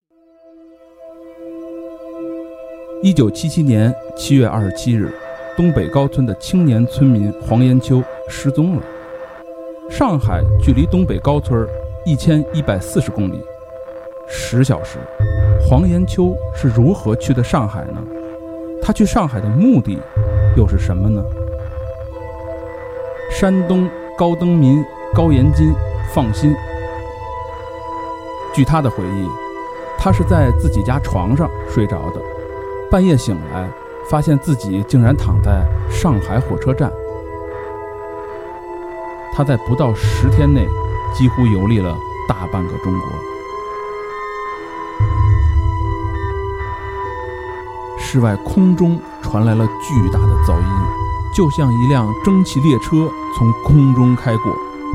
1977年7月27日，东北高村的青年村民黄延秋失踪了。上海距离东北高村1140公里，10小时。黄延秋是如何去的上海呢？他去上海的目的又是什么呢？山东高登民高延金放心。据他的回忆，他是在自己家床上睡着的，半夜醒来，发现自己竟然躺在上海火车站。他在不到10天内几乎游历了大半个中国。室外空中传来了巨大的噪音，就像一辆蒸汽列车从空中开过，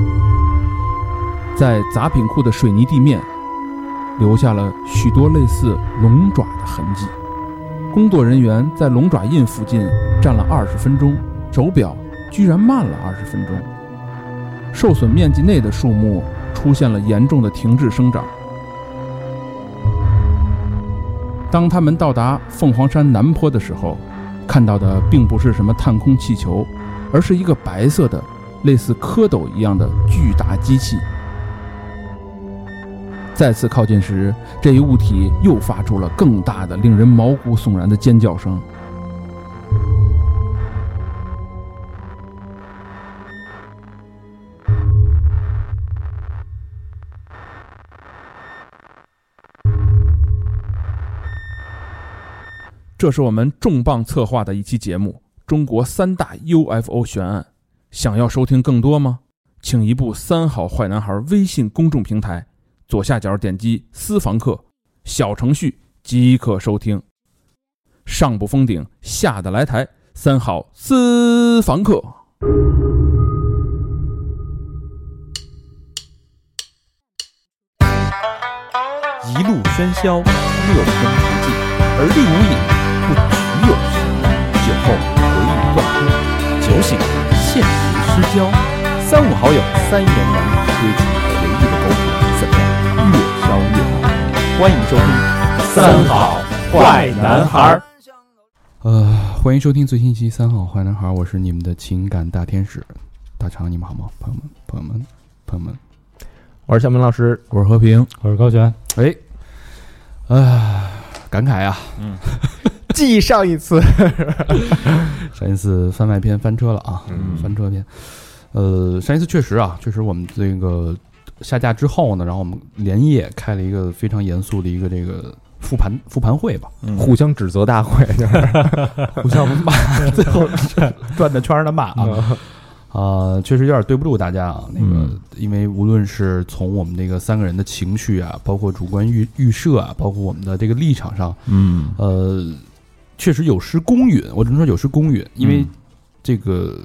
在杂品库的水泥地面留下了许多类似龙爪的痕迹。工作人员在龙爪印附近站了20分钟，手表居然慢了20分钟。受损面积内的树木出现了严重的停滞生长。当他们到达凤凰山南坡的时候，看到的并不是什么探空气球，而是一个白色的类似蝌蚪一样的巨大机器。再次靠近时，这一物体又发出了更大的令人毛骨悚然的尖叫声。这是我们重磅策划的一期节目，中国3大 UFO 悬案。想要收听更多吗？请移步3好坏男孩微信公众平台，左下角点击私房课小程序即可收听。上不封顶，下得来台，3好私房课。 一路喧嚣，6分不尽，而立无影，不局有时。酒后回忆断片，酒醒现实失焦。3、5好友3言2语堆起回忆的篝火，怎样越烧越旺？欢迎收听3好坏男孩。 欢迎收听最新一期3好坏男孩，我是你们的情感大天使大肠，你们好吗？朋友们， 我是小明老师， 我是和平， 我是高璇。 感慨啊， 继上一次番外篇翻车了啊，翻车篇。上一次确实我们这个下架之后呢，然后我们连夜开了一个非常严肃的一个这个复盘会吧， 互相指责大会，就是互相骂，最后转着圈的骂啊。确实有点对不住大家啊。那个，因为无论是从我们这个3个人的情绪啊，包括主观预设啊，包括我们的这个立场上，确实有失公允。我只能说有失公允，因为这个，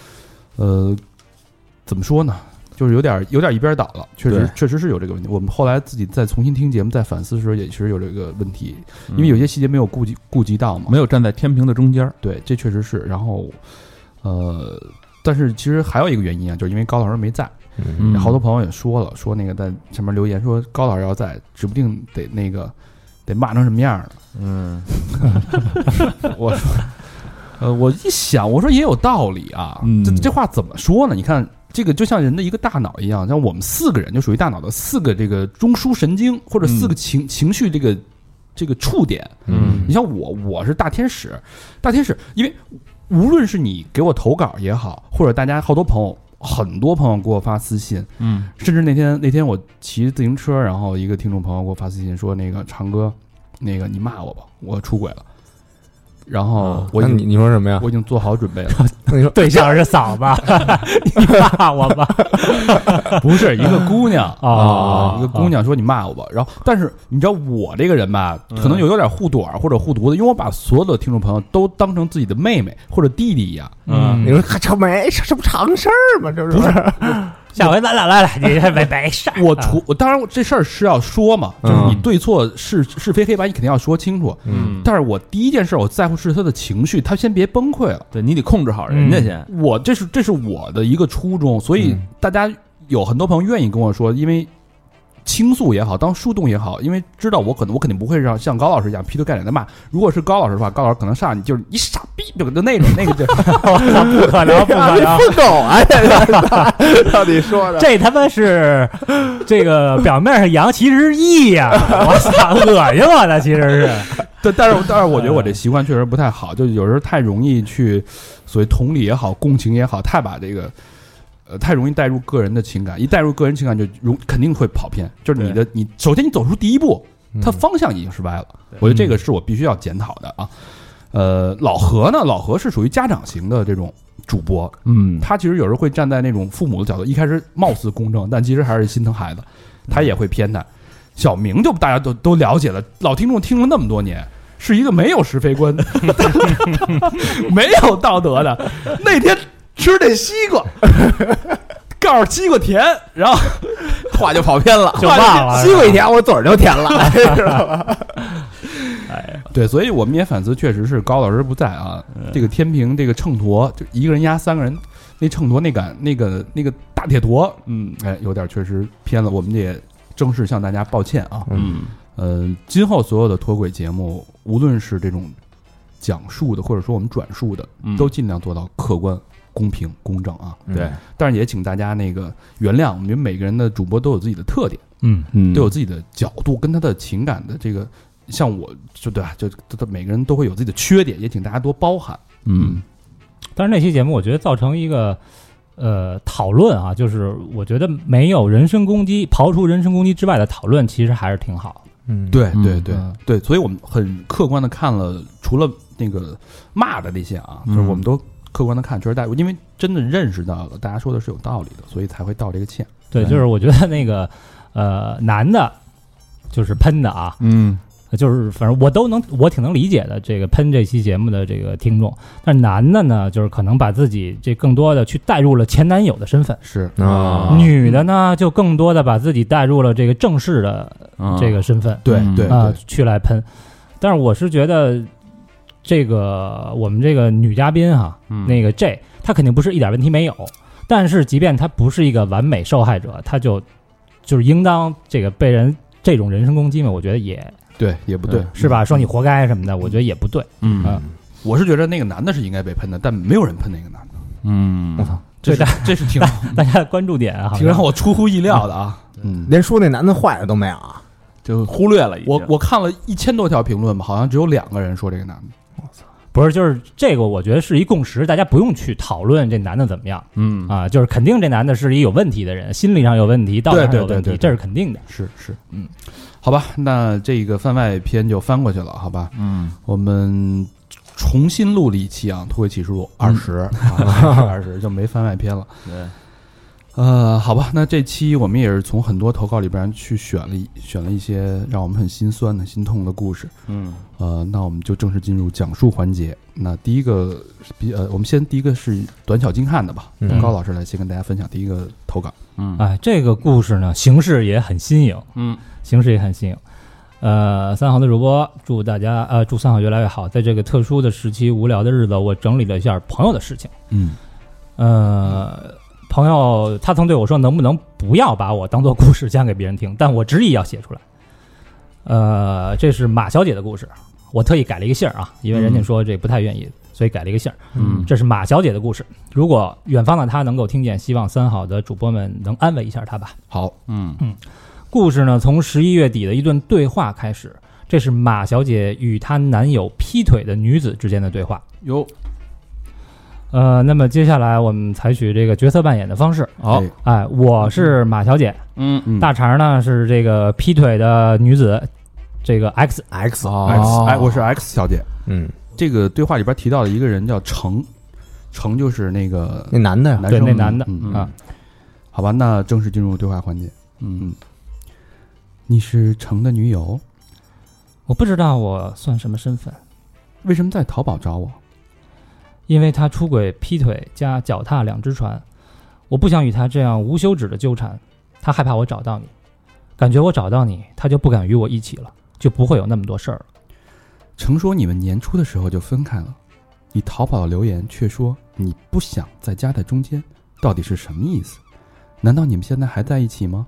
怎么说呢？就是有点一边倒了，确实是有这个问题。我们后来自己再重新听节目、再反思的时候，也确实有这个问题，因为有些细节没有顾及到嘛， 没有站在天平的中间。 对，这确实是。然后，但是其实还有一个原因啊，就是因为高老师没在，好多朋友也说了，说那个在上面留言说高老师要在，指不定得骂成什么样的。我说，我一想，我说也有道理啊。这话怎么说呢？你看。这个就像人的一个大脑一样，像我们4个人就属于大脑的4个这个中枢神经，或者4个情绪这个触点。你像我是大天使，因为无论是你给我投稿也好，或者大家很多朋友给我发私信，甚至那天我骑自行车，然后一个听众朋友给我发私信说，那个长哥，那个你骂我吧，我出轨了。然后你说什么呀？ 我已经做好准备了。 你说对象是嫂子，你骂我吧？ 不是一个姑娘一个姑娘说你骂我吧。然后，但是你知道我这个人吧，可能有点护短或者护犊子，因为我把所有的听众朋友都当成自己的妹妹或者弟弟一样。 你说这不常事儿吗？这不是。下回咱俩来了，你没事。 我当然这事儿是要说嘛，就是你对错是非黑白，你肯定要说清楚。但是我第一件事我在乎是他的情绪，他先别崩溃了。 对，你得控制好人家先。 这是我的一个初衷，所以大家有很多朋友愿意跟我说，因为倾诉也好，当树洞也好，因为知道我肯定不会让像高老师一样劈头盖脸的骂。如果是高老师的话，高老师可能上来就是你傻逼，就那种那个就不可能，不可能， 疯狗啊！这个到底说的这他妈是这个表面上扬，其实是义呀！我操，恶心我的，其实是。 对，但是我觉得我这习惯确实不太好，就有时候太容易去所谓同理也好，共情也好，太把这个太容易带入个人的情感，一带入个人情感就肯定会跑偏。就是你首先你走出第一步，它方向已经是歪了。我觉得这个是我必须要检讨的啊。老何呢，老何是属于家长型的这种主播，他其实有时候会站在那种父母的角度，一开始貌似公正，但其实还是心疼孩子，他也会偏袒。小明就大家都了解了，老听众听了那么多年。是一个没有是非观的没有道德的。那天吃这西瓜告诉西瓜甜，然后话就跑偏了， 就忘了西瓜一甜我嘴儿就甜了知道吧？ 对，所以我们也反思，确实是高老师不在啊，这个天平这个秤砣就一个人压3个人，那秤砣那个大铁砣有点确实偏了，我们也正式向大家抱歉啊。今后所有的脱轨节目，无论是这种讲述的，或者说我们转述的，都尽量做到客观、公平、公正啊。 对， 但是也请大家那个原谅，我们每个人的主播都有自己的特点，都有自己的角度跟他的情感的这个，像我就对吧，就每个人都会有自己的缺点，也请大家多包涵。 但是那期节目我觉得造成一个讨论啊，就是我觉得没有人身攻击，刨除人身攻击之外的讨论，其实还是挺好。对，所以我们很客观的看了，除了那个骂的那些啊，就是我们都客观的看，确实因为真的认识到了大家说的是有道理的，所以才会道这个歉。 对，就是我觉得那个男的，就是喷的啊，就是反正我挺能理解的，这个喷这期节目的这个听众，但是男的呢，就是可能把自己这更多的去带入了前男友的身份， 是女的呢就更多的把自己带入了这个正式的这个身份， 对去来喷。但是我是觉得这个我们这个女嘉宾哈，那个 J 她肯定不是一点问题没有，但是即便她不是一个完美受害者，她就是应当这个被人这种人身攻击嘛，我觉得也不对， 是吧？说你活该什么的，我觉得也不对。 我是觉得那个男的是应该被喷的，但没有人喷那个男的。 我操， 这是挺大家的关注点啊， 挺让我出乎意料的啊。 连说那男的坏的都没有啊， 就忽略了。 我看了1000多条评论吧，好像只有2个人说这个男的。 我操， 不是，就是这个，我觉得是一共识，大家不用去讨论这男的怎么样。就是肯定这男的是一有问题的人，心理上有问题，道德上有问题，这是肯定的。 是，好吧，那这个番外篇就翻过去了，好吧？我们重新录了一期啊，《脱轨启示录20就没番外篇了。 对， 好吧，那这期我们也是从很多投稿里边去选了一些让我们很心酸的、心痛的故事。那我们就正式进入讲述环节。那第一个我们第一个是短小精悍的吧，高老师来先跟大家分享第一个投稿。 这个故事呢，形式也很新颖。形式也很新颖。3好的主播，祝大家祝3好越来越好。在这个特殊的时期、无聊的日子，我整理了一下朋友的事情。朋友他曾对我说，能不能不要把我当做故事讲给别人听，但我执意要写出来。这是马小姐的故事，我特意改了一个姓啊，因为人家说这不太愿意，所以改了一个姓。这是马小姐的故事，如果远方的她能够听见，希望3好的主播们能安慰一下她吧。 好， 故事呢，从11月底的一段对话开始，这是马小姐与她男友劈腿的女子之间的对话。那么接下来我们采取这个角色扮演的方式。我是马小姐，大肠呢是这个劈腿的女子，这个 X， 我是 X 小姐。这个对话里边提到了一个人叫程就是那男的呀， 对，那男的好吧，那正式进入对话环节。你是程的女友？ 我不知道我算什么身份。 为什么在淘宝找我？ 因为他出轨、劈腿加脚踏2只船，我不想与他这样无休止的纠缠。他害怕我找到你，感觉我找到你，他就不敢与我一起了，就不会有那么多事儿了。 程说你们年初的时候就分开了，你淘宝的留言却说你不想再夹在中间，到底是什么意思？难道你们现在还在一起吗？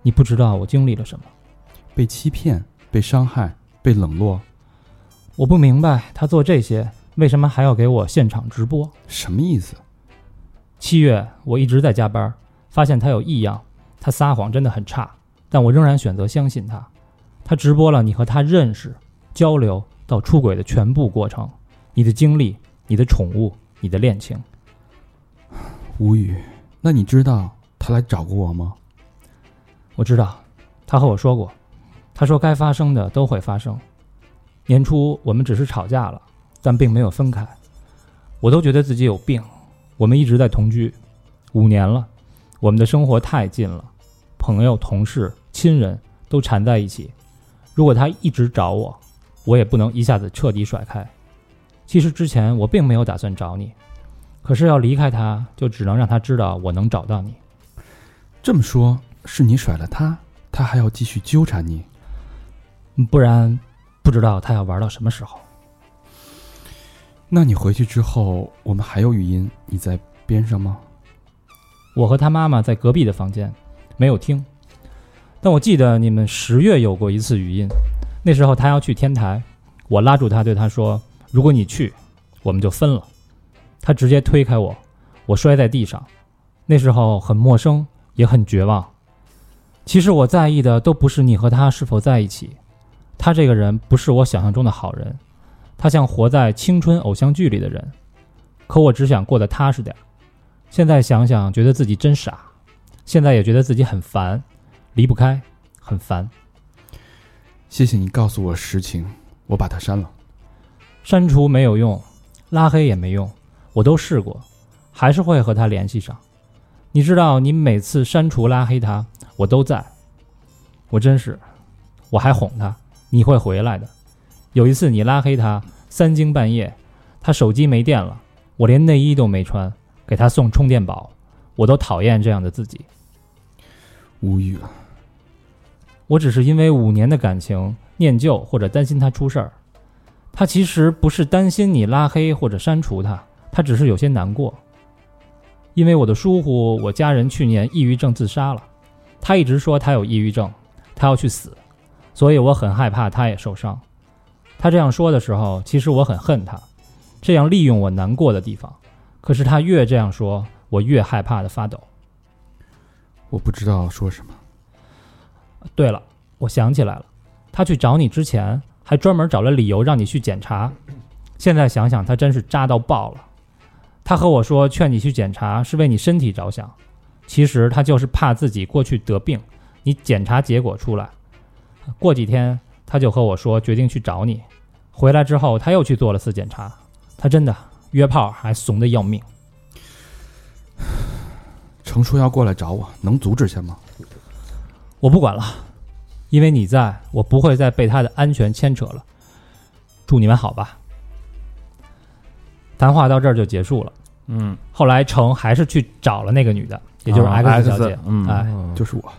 你不知道我经历了什么， 被欺骗，被伤害，被冷落。 我不明白他做这些为什么还要给我现场直播。 什么意思 ？7月我一直在加班，发现他有异样，他撒谎真的很差，但我仍然选择相信他。他直播了你和他认识、交流到出轨的全部过程，你的经历，你的宠物，你的恋情。 无语。那你知道他来找过我吗？ 我知道，他和我说过，他说该发生的都会发生。年初我们只是吵架了，但并没有分开。我都觉得自己有病。我们一直在同居5年了，我们的生活太近了，朋友、同事、亲人都缠在一起。如果他一直找我，我也不能一下子彻底甩开。其实之前我并没有打算找你，可是要离开他，就只能让他知道我能找到你。 这么说，是你甩了他，他还要继续纠缠你？ 不然不知道他要玩到什么时候。 那你回去之后，我们还有语音，你在边上吗？ 我和他妈妈在隔壁的房间，没有听。但我记得你们10月有过一次语音，那时候他要去天台，我拉住他对他说，如果你去，我们就分了。他直接推开我，我摔在地上。那时候很陌生，也很绝望。其实我在意的都不是你和他是否在一起，他这个人不是我想象中的好人，他像活在青春偶像剧里的人，可我只想过得踏实点。现在想想觉得自己真傻，现在也觉得自己很烦，离不开，很烦。 谢谢你告诉我实情，我把他删了。 删除没有用，拉黑也没用，我都试过，还是会和他联系上。你知道你每次删除拉黑他，我都在。我还哄他，你会回来的。有一次你拉黑他，3更半夜，他手机没电了，我连内衣都没穿，给他送充电宝，我都讨厌这样的自己。 无语了。 我只是因为5年的感情念旧，或者担心他出事儿。他其实不是担心你拉黑或者删除他，他只是有些难过。因为我的疏忽，我家人去年抑郁症自杀了。他一直说他有抑郁症，他要去死，所以我很害怕他也受伤。他这样说的时候，其实我很恨他，这样利用我难过的地方。可是他越这样说，我越害怕的发抖。 我不知道说什么。 对了，我想起来了，他去找你之前，还专门找了理由让你去检查。现在想想，他真是渣到爆了。他和我说劝你去检查是为你身体着想，其实他就是怕自己过去得病，你检查结果出来。过几天他就和我说决定去找你，回来之后他又去做了次检查，他真的约炮还怂得要命。 程说要过来找我，能阻止下吗？ 我不管了，因为你在，我不会再被他的安全牵扯了。祝你们好吧。谈话到这儿就结束了。后来程还是去找了那个女的，也就是 X 小姐。 就是我。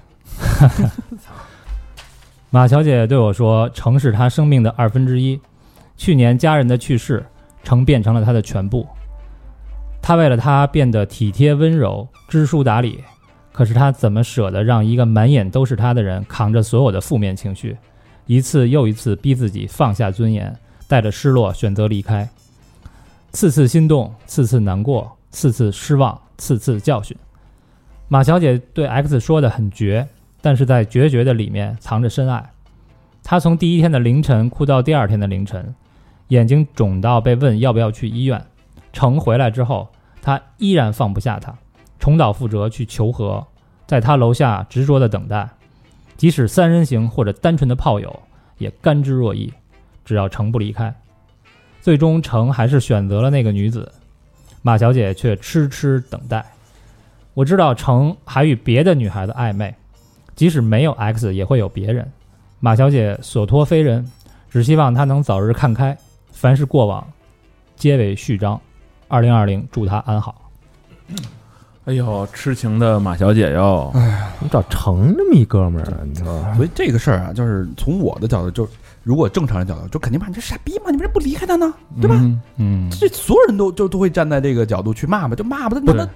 马小姐对我说，程是她生命的1/2，去年家人的去世，程变成了她的全部。她为了她变得体贴温柔，知书达理，可是她怎么舍得让一个满眼都是她的人扛着所有的负面情绪，一次又一次逼自己放下尊严，带着失落选择离开。次次心动，次次难过，次次失望，次次教训。马小姐对 X 说的很绝，但是在决绝的里面藏着深爱。她从第1天的凌晨哭到第2天的凌晨，眼睛肿到被问要不要去医院。程回来之后，她依然放不下他，重蹈覆辙去求和，在他楼下执着的等待，即使3人行或者单纯的炮友也甘之若饴，只要程不离开。最终程还是选择了那个女子，马小姐却痴痴等待。我知道程还与别的女孩子暧昧，即使没有 X 也会有别人。马小姐所托非人，只希望他能早日看开，凡是过往皆为序章。2020祝他安好。 哎呦，痴情的马小姐哟！ 哎呀，你找程这么一哥们儿，你知道吧？ 所以这个事儿啊，就是从我的角度，就如果正常人角度，就肯定骂你这傻逼嘛，你为什么不离开他呢？对吧？这所有人都会站在这个角度去骂吧，就骂吧，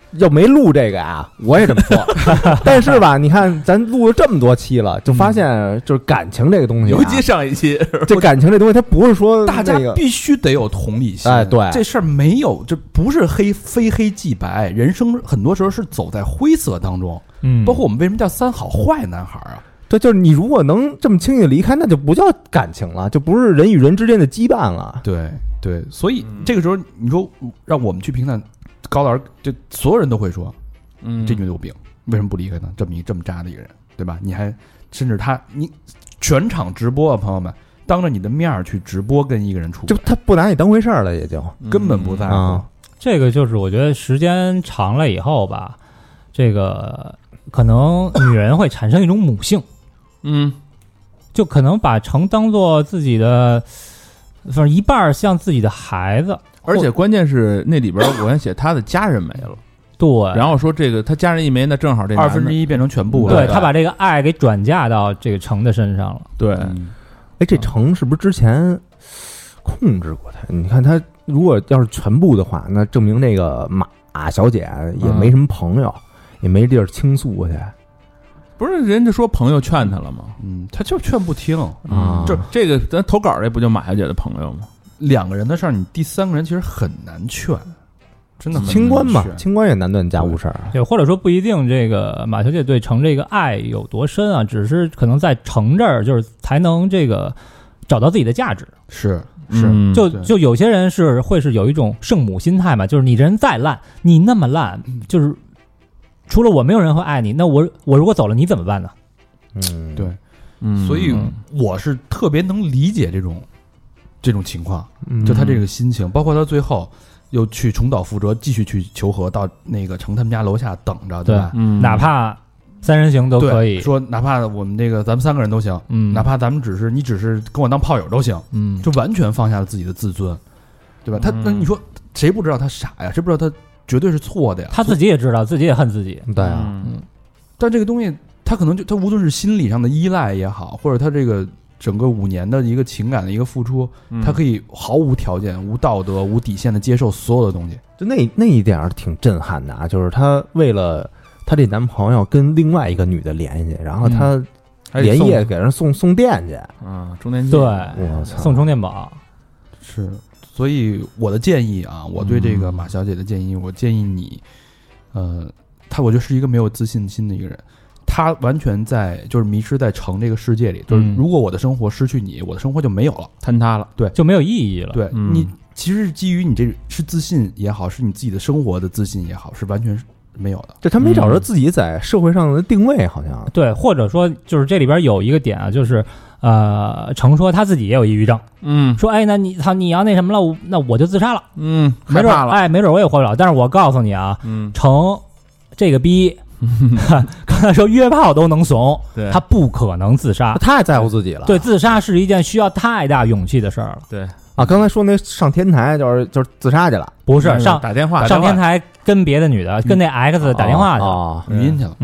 要没录这个啊，我也这么说。但是吧，你看咱录了这么多期了，就发现就是感情这个东西， 尤其上一期， 这感情这东西，它不是说大家必须得有同理心。 哎，对， 这事儿没有，这不是非黑即白，人生很多时候是走在灰色当中。包括我们为什么叫三好坏男孩啊？ 对，就是你如果能这么轻易的离开，那就不叫感情了，就不是人与人之间的羁绊了。 对对，所以这个时候你说让我们去评判高老师，就所有人都会说，这女的有病，为什么不离开呢？这么渣的一个人，对吧？你还甚至你全场直播啊，朋友们，当着你的面去直播跟一个人处， 就他不拿你当回事儿了，也就根本不在乎。 这个就是我觉得时间长了以后吧，这个可能女人会产生一种母性。就可能把城当做自己的，反正一半像自己的孩子， 而且关键是那里边我还写他的家人没了， 对， 然后说这个他家人一没，那正好这 1/2变成全部了，对他把这个爱给转嫁到这个城的身上了， 对， 哎，这城是不是之前控制过他？你看他如果要是全部的话，那证明那个马小姐也没什么朋友，也没地儿倾诉去。 不是人家说朋友劝他了吗？ 他就劝不听啊。 就这个咱投稿这不就马小姐的朋友吗？ 两个人的事儿，你第三个人其实很难劝，真的很难劝。 清官嘛，清官也难断家务事儿。 对，或者说不一定这个马小姐对城这个爱有多深啊，只是可能在城这儿就是才能这个找到自己的价值。 是， 就有些人会是有一种圣母心态嘛，就是你人再烂，你那么烂，就是除了我没有人会爱你，那我如果走了你怎么办呢？ 对，所以我是特别能理解这种情况，就他这个心情，包括他最后又去重蹈覆辙，继续去求和，到那个城他们家楼下等着，对吧？ 哪怕3人行都可以， 说哪怕我们这个咱们3个人都行，哪怕咱们你只是跟我当炮友都行，就完全放下了自己的自尊，对吧？那你说谁不知道他傻呀？谁不知道他绝对是错的呀？ 他自己也知道，自己也恨自己， 对啊， 但这个东西，他可能他无论是心理上的依赖也好，或者他这个整个5年的一个情感的一个付出，他可以毫无条件、无道德、无底线的接受所有的东西。 就那一点挺震撼的啊！就是他为了他这男朋友跟另外一个女的联系，然后他连夜给人送电去充电器， 对， 我操， 送充电宝是。所以我的建议啊，我对这个马小姐的建议，我建议你，我觉得是一个没有自信心的一个人，他完全就是迷失在城这个世界里，就是如果我的生活失去你，我的生活就没有了， 坍塌了， 对， 就没有意义了。 对，你其实基于你这是自信也好，是你自己的生活的自信也好，是完全没有的。 就他没找着自己在社会上的定位，好像对，或者说就是这里边有一个点啊，就是程说他自己也有抑郁症，说哎，那你要那什么了，那我就自杀了， 害怕了， 没准我也活不了。但是我告诉你啊，程这个逼，刚才说约炮都能怂，他不可能自杀， 他太在乎自己了。 对，自杀是一件需要太大勇气的事儿了。 对啊，刚才说那上天台就是自杀去了， 不是打电话上天台跟别的女的跟那 X 打电话去了，语音去了，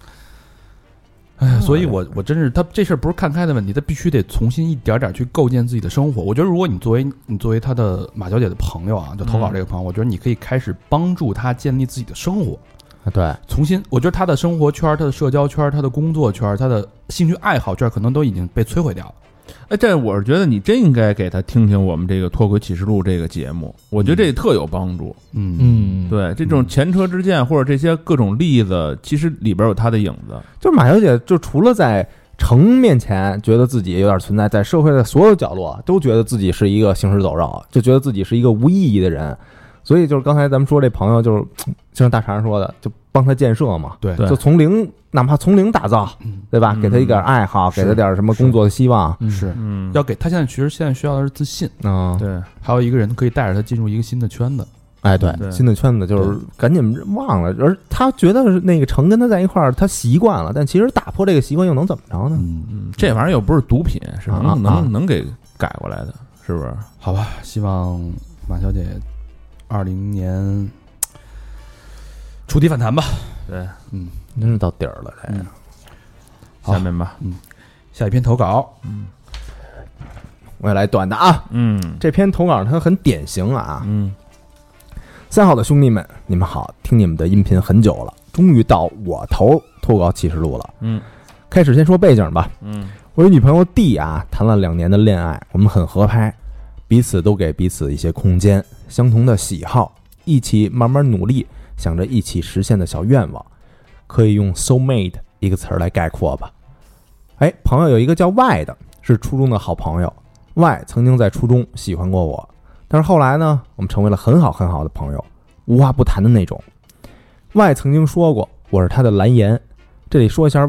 哎，所以我真是他这事儿不是看开的问题，他必须得重新一点点去构建自己的生活。我觉得如果你作为他的马小姐的朋友啊，就投稿这个朋友，我觉得你可以开始帮助他建立自己的生活。 对， 重新，我觉得他的生活圈、他的社交圈、他的工作圈、他的兴趣爱好圈，可能都已经被摧毁掉了。 哎，这我是觉得你真应该给他听听我们这个脱轨启示录这个节目，我觉得这特有帮助。对，这种前车之鉴或者这些各种例子，其实里边有他的影子。 就是马小姐，就除了在城面前觉得自己有点存在，在社会的所有角落都觉得自己是一个行尸走肉，就觉得自己是一个无意义的人。所以就是刚才咱们说这朋友，就是就像大肠说的，就帮他建设嘛， 对， 就从零，哪怕从零打造，对吧？给他一点爱好，给他点什么工作的希望， 是，要给他现在需要的是自信对， 还有一个人可以带着他进入一个新的圈子， 哎，对，新的圈子就是赶紧忘了，而他觉得那个程跟他在一块儿，他习惯了，但其实打破这个习惯又能怎么着呢？ 这玩意儿又不是毒品，是能给改过来的，是不是？ 好吧，希望马小姐20年触底反弹吧。 对， 真是到底儿了。这个， 下面吧， 下一篇投稿， 我也来短的啊。这篇投稿它很典型啊。 3号的兄弟们，你们好，听你们的音频很久了，终于到我投稿启示录了。开始先说背景吧。我与女朋友 D 啊，谈了2年的恋爱，我们很合拍，彼此都给彼此一些空间，相同的喜好，一起慢慢努力，想着一起实现的小愿望，可以用 soulmate 一个词儿来概括吧。朋友有一个叫 Y 的，是初中的好朋友。Y 曾经在初中喜欢过我，但是后来呢，我们成为了很好很好的朋友，无话不谈的那种。Y 曾经说过我是他的蓝颜。这里说一下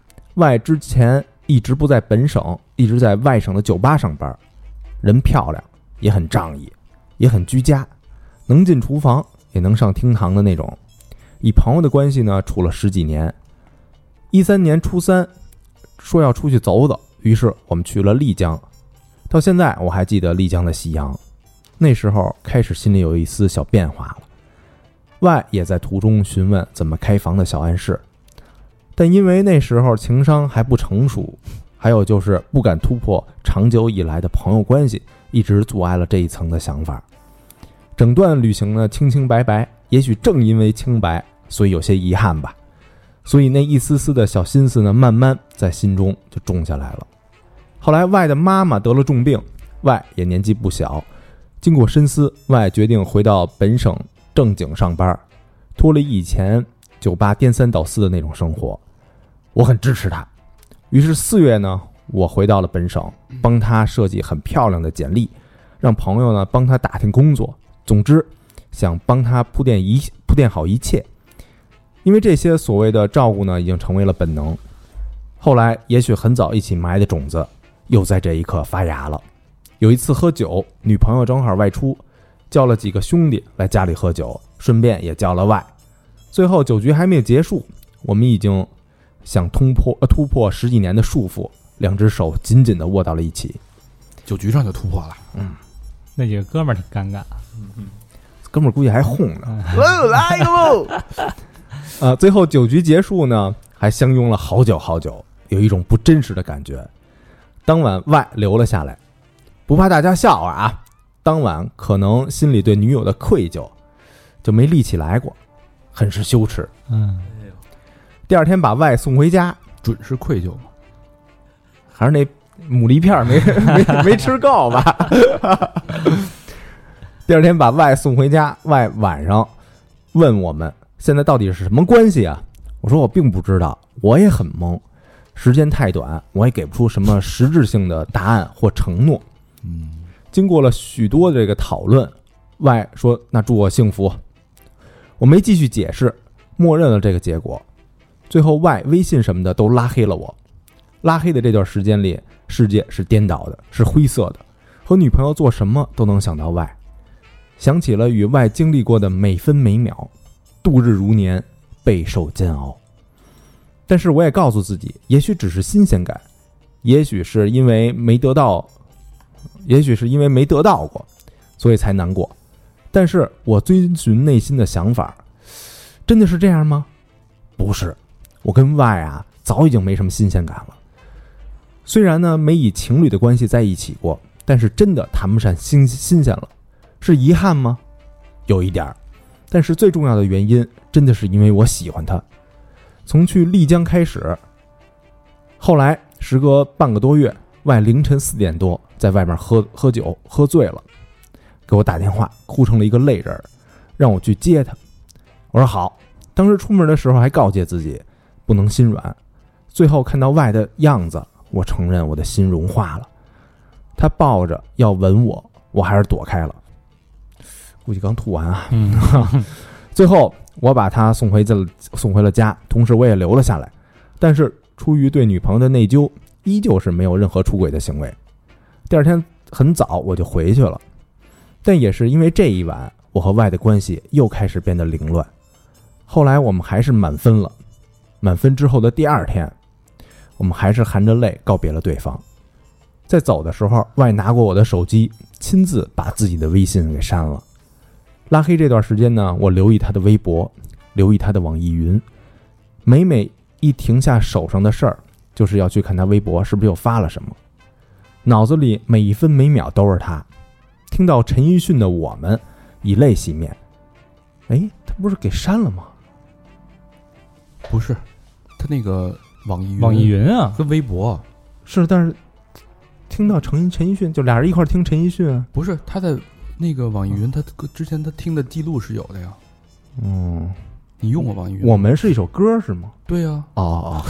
Y 之前一直不在本省，一直在外省的酒吧上班，人漂亮，也很仗义，也很居家，能进厨房也能上厅堂的那种。以朋友的关系呢，处了10几年。13年初3说要出去走走，于是我们去了丽江。到现在我还记得丽江的夕阳，那时候开始心里有一丝小变化了。Y 也在途中询问怎么开房的小暗示，但因为那时候情商还不成熟，还有就是不敢突破长久以来的朋友关系，一直阻碍了这一层的想法。整段旅行呢清清白白，也许正因为清白，所以有些遗憾吧。所以那一丝丝的小心思呢，慢慢在心中就种下来了。后来 Y 的妈妈得了重病， Y 也年纪不小，经过深思， Y 决定回到本省正经上班，脱离以前酒吧颠3倒4的那种生活。我很支持他，于是4月呢，我回到了本省，帮他设计很漂亮的简历，让朋友呢帮他打听工作，总之想帮他铺垫好一切。因为这些所谓的照顾呢，已经成为了本能。后来也许很早一起埋的种子，又在这一刻发芽了。有一次喝酒，女朋友正好外出，叫了几个兄弟来家里喝酒，顺便也叫了 Y。 最后酒局还没有结束，我们已经想突破10几年的束缚，2只手紧紧地握到了一起。 酒局上就突破了。 那几个哥们儿挺尴尬。 哥们儿估计还哄呢。来一个不。最后酒局结束呢，还相拥了好久好久，有一种不真实的感觉。当晚 Y 留了下来，不怕大家笑话啊，当晚可能心里对女友的愧疚就没立起来过，很是羞耻。第二天把 Y 送回家， 准是愧疚吗？ 还是那牡蛎片没吃够吧？第二天把 Y 送回家， Y 晚上问我们现在到底是什么关系啊？我说我并不知道，我也很懵，时间太短，我也给不出什么实质性的答案或承诺。经过了许多的这个讨论， Y 说那祝我幸福。我没继续解释，默认了这个结果。最后 Y 微信什么的都拉黑了我。拉黑的这段时间里，世界是颠倒的，是灰色的，和女朋友做什么都能想到 Y， 想起了与 Y 经历过的每分每秒，度日如年，备受煎熬。但是我也告诉自己，也许只是新鲜感，也许是因为没得到过，所以才难过。但是我遵循内心的想法，真的是这样吗？不是，我跟 Y 啊早已经没什么新鲜感了。虽然呢没以情侣的关系在一起过，但是真的谈不上新鲜了。是遗憾吗？有一点，但是最重要的原因真的是因为我喜欢他。从去丽江开始，后来时隔半个多月， Y 凌晨4点多在外面喝酒喝醉了，给我打电话，哭成了一个泪人，让我去接他。我说好。当时出门的时候还告诫自己不能心软，最后看到 Y 的样子，我承认我的心融化了。他抱着要吻我，我还是躲开了，估计刚吐完啊。最后我把他送回了家，同时我也留了下来，但是出于对女朋友的内疚，依旧是没有任何出轨的行为。第二天很早我就回去了，但也是因为这一晚，我和 Y 的关系又开始变得凌乱。后来我们还是满分了，满分之后的第2天，我们还是含着泪告别了对方。在走的时候， Y 拿过我的手机，亲自把自己的微信给删了。拉黑这段时间呢，我留意他的微博，留意他的网易云，每一停下手上的事儿，就是要去看他微博是不是又发了什么。脑子里每一分每秒都是他。听到陈奕迅的《我们》，以泪洗面。 哎，他不是给删了吗？ 不是，他那个网易云啊， 跟微博是，但是听到陈奕迅，就俩人一块听陈奕迅啊。 不是，他在那个网易云，他之前他听的记录是有的呀。你用过网易云？ 我们是一首歌是吗？ 对呀。 哦，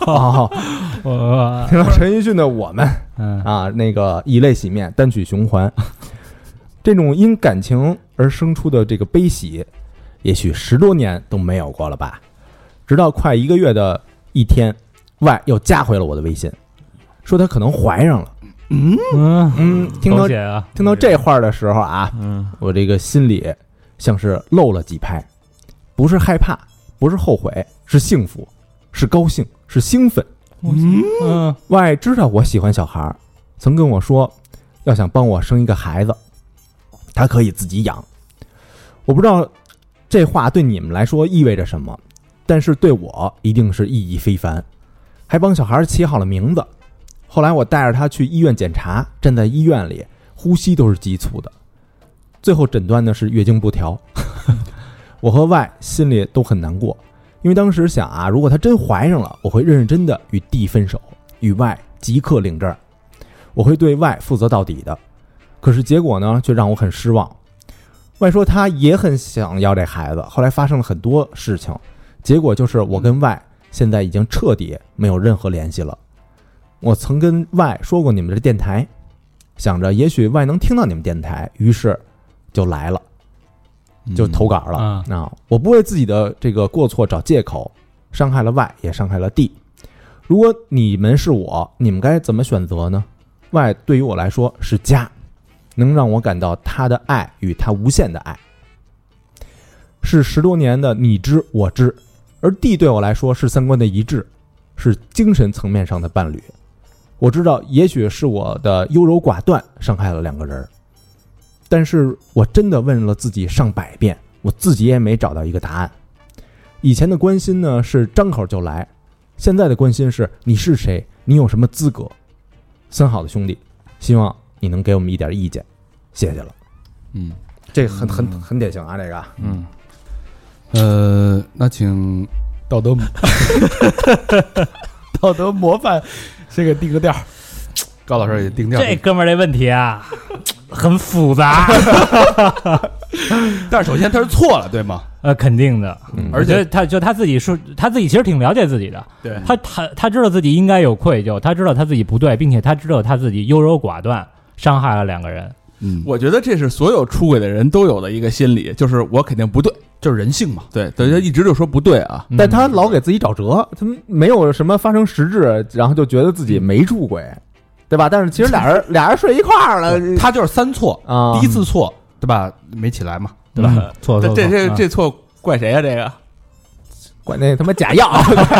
听到陈奕迅的《我们》那个以泪洗面单曲循环，这种因感情而生出的这个悲喜，也许10多年都没有过了吧。直到快1个月的一天，Y又加回了我的微信，说他可能怀上了。听到这话的时候啊，我这个心里像是漏了几拍，不是害怕，不是后悔，是幸福，是高兴，是兴奋。Y 知道我喜欢小孩，曾跟我说要想帮我生一个孩子，他可以自己养。我不知道这话对你们来说意味着什么，但是对我一定是意义非凡，还帮小孩起好了名字。后来我带着他去医院检查，站在医院里，呼吸都是急促的，最后诊断的是月经不调。我和 Y 心里都很难过，因为当时想啊，如果他真怀上了，我会认认真的与 D 分手，与 Y 即刻领证，我会对 Y 负责到底的。可是结果呢，却让我很失望。Y 说他也很想要这孩子，后来发生了很多事情，结果就是我跟 Y 现在已经彻底没有任何联系了。我曾跟 Y 说过你们的电台，想着也许 Y 能听到你们电台，于是就来了，就投稿了。我不为自己的这个过错找借口，伤害了 Y 也伤害了 D。 如果你们是我，你们该怎么选择呢？ Y 对于我来说是家，能让我感到他的爱与他无限的爱，是10多年的你知我知。而 D 对我来说是三观的一致，是精神层面上的伴侣。我知道也许是我的优柔寡断伤害了2个人，但是我真的问了自己上百遍，我自己也没找到一个答案。以前的关心呢是张口就来，现在的关心是你是谁，你有什么资格。三好的兄弟，希望你能给我们一点意见，谢谢了。这个很典型啊，这个。那请道德模范先给定个调，高老师也定调。 这哥们儿这问题啊，很复杂。 但是首先他是错了，对吗？ 肯定的。而且他自己说，他自己其实挺了解自己的。 对， 他知道自己应该有愧疚，他知道他自己不对，并且他知道他自己优柔寡断，伤害了2个人。 我觉得这是所有出轨的人都有的一个心理，就是我肯定不对。 就是人性嘛， 对，他一直就说不对啊， 但他老给自己找辙，他没有什么发生实质，然后就觉得自己没出轨，对吧？但是其实俩人睡一块儿了， 他就是3错啊，第一次错，对吧？没起来嘛，对吧？ 错， 这错怪谁啊？这个怪那他妈假药。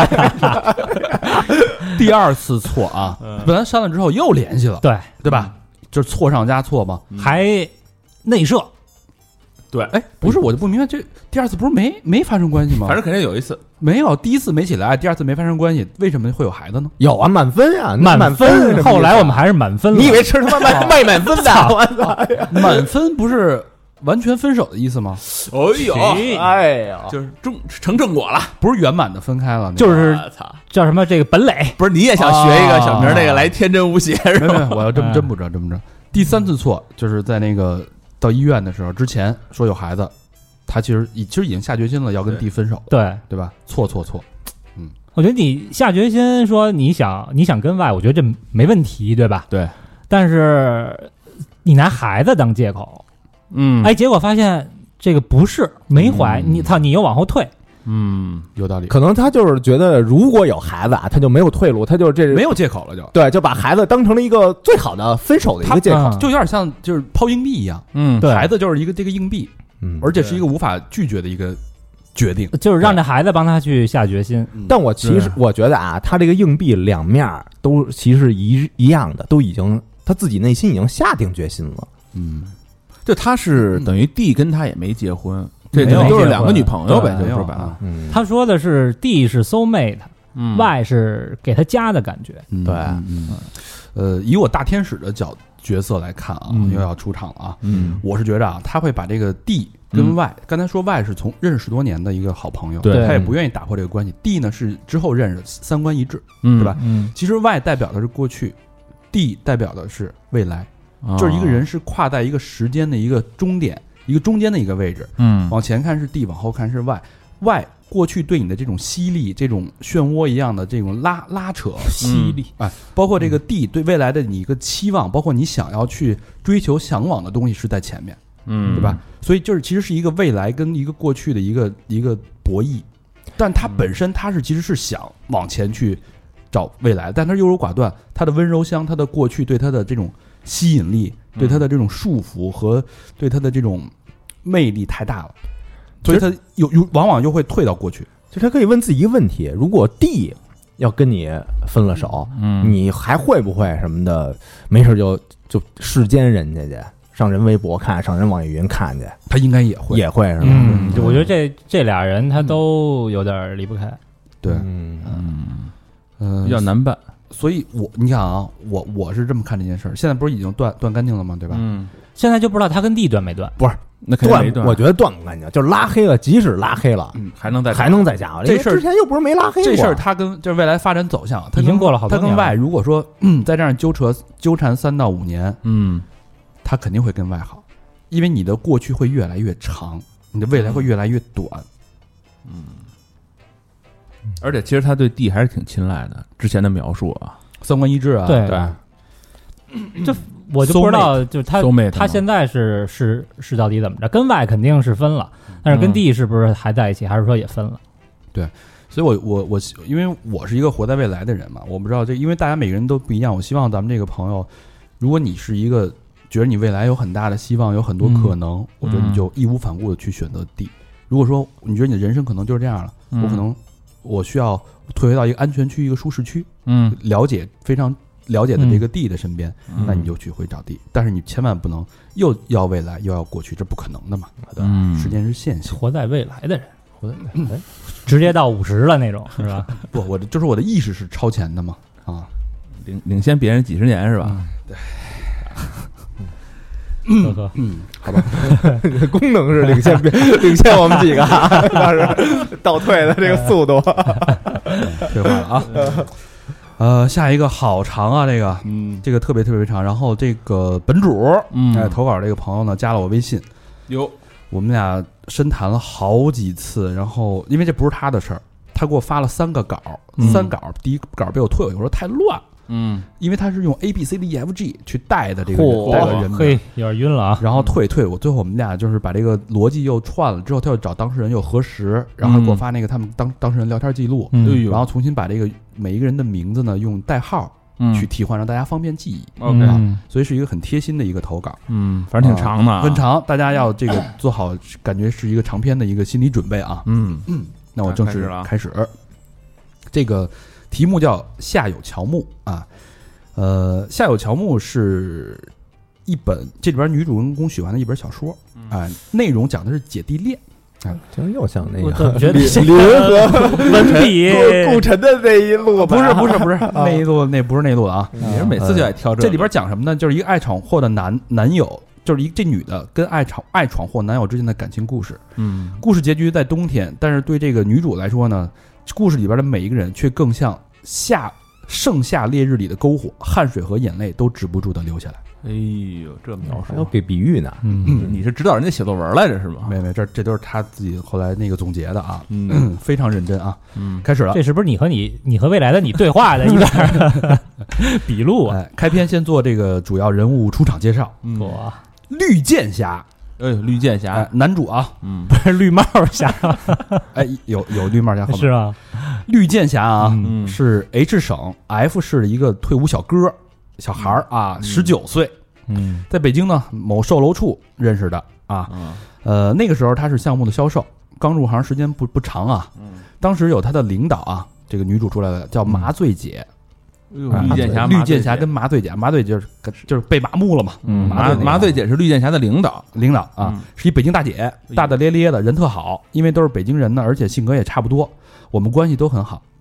第2次错啊，本来删了之后又联系了，对吧？就是错上加错嘛， 还内射。 对， 哎，不是，我就不明白，这第2次不是没发生关系吗？ 反正肯定有一次没有，第1次没起来，第2次没发生关系，为什么会有孩子呢？ 有啊，满分啊， 满分。后来我们还是满分了。 你以为吃他妈卖满分的？我操！ 满分不是完全分手的意思吗？ 哎呀， 就是成正果了， 不是圆满的分开了， 就是叫什么这个本垒？ 不是，你也想学一个小明那个来天真无邪是吧？ 没，我要真不知道，真不知道。第3次错就是在那个。到医院的时候，之前说有孩子，他其实已经下决心了，要跟弟分手， 对吧？错， 我觉得你下决心说你想跟 Y， 我觉得这没问题，对吧？ 对。 但是你拿孩子当借口，结果发现这个不是没怀，你又往后退， 有道理。 可能他就是觉得如果有孩子啊，他就没有退路，他就没有借口了， 就把孩子当成了一个最好的分手的一个借口， 就有点像就是抛硬币一样。 对， 孩子就是一个这个硬币，而且是一个无法拒绝的一个决定， 就是让这孩子帮他去下决心。 但我其实我觉得啊，他这个硬币两面都其实一样的，都已经他自己内心已经下定决心了。 就他是等于弟跟他也没结婚。这都是2个女朋友呗，就说白了。 他说的是 D 是 soul mate， 外是给他家的感觉。 对， 以我大天使的角色来看啊，又要出场了啊，我是觉着啊，他会把这个D跟 Y，刚才说 Y 是从认识10多年的一个好朋友， 对， 他也不愿意打破这个关系。D 呢是之后认识，三观一致，对吧？其实 Y 代表的是过去，D 代表的是未来，就是一个人是跨在一个时间的一个终点，一个中间的一个位置，往前看是 D， 往后看是 Y。过去对你的这种吸力，这种漩涡一样的这种拉扯吸力， 包括这个 D 对未来的你一个期望，包括你想要去追求向往的东西是在前面，对吧？所以就是其实是一个未来跟一个过去的一个博弈，但他本身他其实是想往前去找未来，但他优柔寡断，他的温柔乡，他的过去对他的这种吸引力，对他的这种束缚和对他的这种魅力太大了。所以他往往就会退到过去。 就他可以问自己一个问题：如果 D 要跟你分了手，你还会不会什么的？没事就世间人家去，上人微博看，上人网易云看去。 他应该也会是吧？ 我觉得这俩人他都有点离不开。 对， 比较难办。 所以你看啊，我是这么看这件事儿。现在不是已经断干净了吗？对吧？ 现在就不知道他跟 D 断没断。 不是。那断，我觉得断不干净，就是拉黑了，即使拉黑了， 还能再加。 这事儿之前又不是没拉黑过。 这事儿他跟就是未来发展走向， 已经过了好多年。 他跟 Y 如果说再这样纠缠3到5年，他肯定会跟 Y 好，因为你的过去会越来越长，你的未来会越来越短。 而且其实他对 D 还是挺青睐的，之前的描述啊， 三观一致啊， 对。这我就不知道，就是他现在是到底怎么着？跟 Y 肯定是分了，但是跟 D 是不是还在一起，还是说也分了？ 对，所以我因为我是一个活在未来的人嘛，我不知道因为大家每个人都不一样。我希望咱们这个朋友，如果你是一个觉得你未来有很大的希望，有很多可能，我觉得你就义无反顾的去选择 D。如果说你觉得你的人生可能就是这样了，我需要退回到一个安全区，一个舒适区，非常了解的这个 D 的身边，那你就去会找 D，但是你千万不能又要未来又要过去，这不可能的嘛。时间是线性， 活在未来的人，直接到50了那种，是吧？ 不，我的意识是超前的嘛， 领先别人几十年是吧？ 对。 好吧，功能是领先我们几个，但是倒退的这个速度， 退化了啊。下一个好长啊，这个特别特别长。然后这个本主投稿这个朋友呢加了我微信，我们俩深谈了好几次。然后因为这不是他的事儿，他给我发了3个稿，3稿，第一稿被我退回去，我说太乱。因为他是用 ABCDEFG 去带的这个人， 嘿，有点晕了啊。 然后退，我最后我们俩就是把这个逻辑又串了之后，他又找当事人又核实，然后给我发那个他们当事人聊天记录，然后重新把这个每一个人的名字呢用代号去替换，让大家方便记忆。所以是一个很贴心的一个投稿。 反正挺长的， 很长，大家要这个做好，感觉是一个长篇的一个心理准备啊。那我正式开始。这个题目叫夏有乔木啊，夏有乔木是一本这里边女主人公喜欢的一本小说内容讲的是姐弟恋其实又像那个觉得林和文笔顾晨的那一路， 不是那一路，那不是那一路的啊。 你是每次就爱挑这里边讲什么呢？就是一个爱闯祸的男友，就是这女的跟爱闯祸男友之间的感情故事。故事结局在冬天，但是对这个女主来说呢，故事里边的每一个人却更像盛夏烈日里的篝火，汗水和眼泪都止不住的流下来。 哎呦，这描述还有比喻呢。 你是指导人家写作文来着是吗？ 没，这都是他自己后来那个总结的啊。非常认真啊。开始了。 这是不是你和未来的你对话的一段笔录啊？ 开篇先做这个主要人物出场介绍。绿箭侠。 绿箭侠男主啊， 不是绿帽侠。 有绿帽侠后面是吧？ 绿箭侠啊，是 H 省 F 市的一个退伍小孩啊，19岁，在北京呢某售楼处认识的啊，那个时候他是项目的销售，刚入行时间不长啊，当时有他的领导啊，这个女主出来的叫麻醉姐。绿箭侠跟麻醉姐，麻醉就是被麻木了嘛。 麻醉姐是绿箭侠的领导啊，是一北京大姐，大大咧咧的人特好，因为都是北京人呢，而且性格也差不多，我们关系都很好。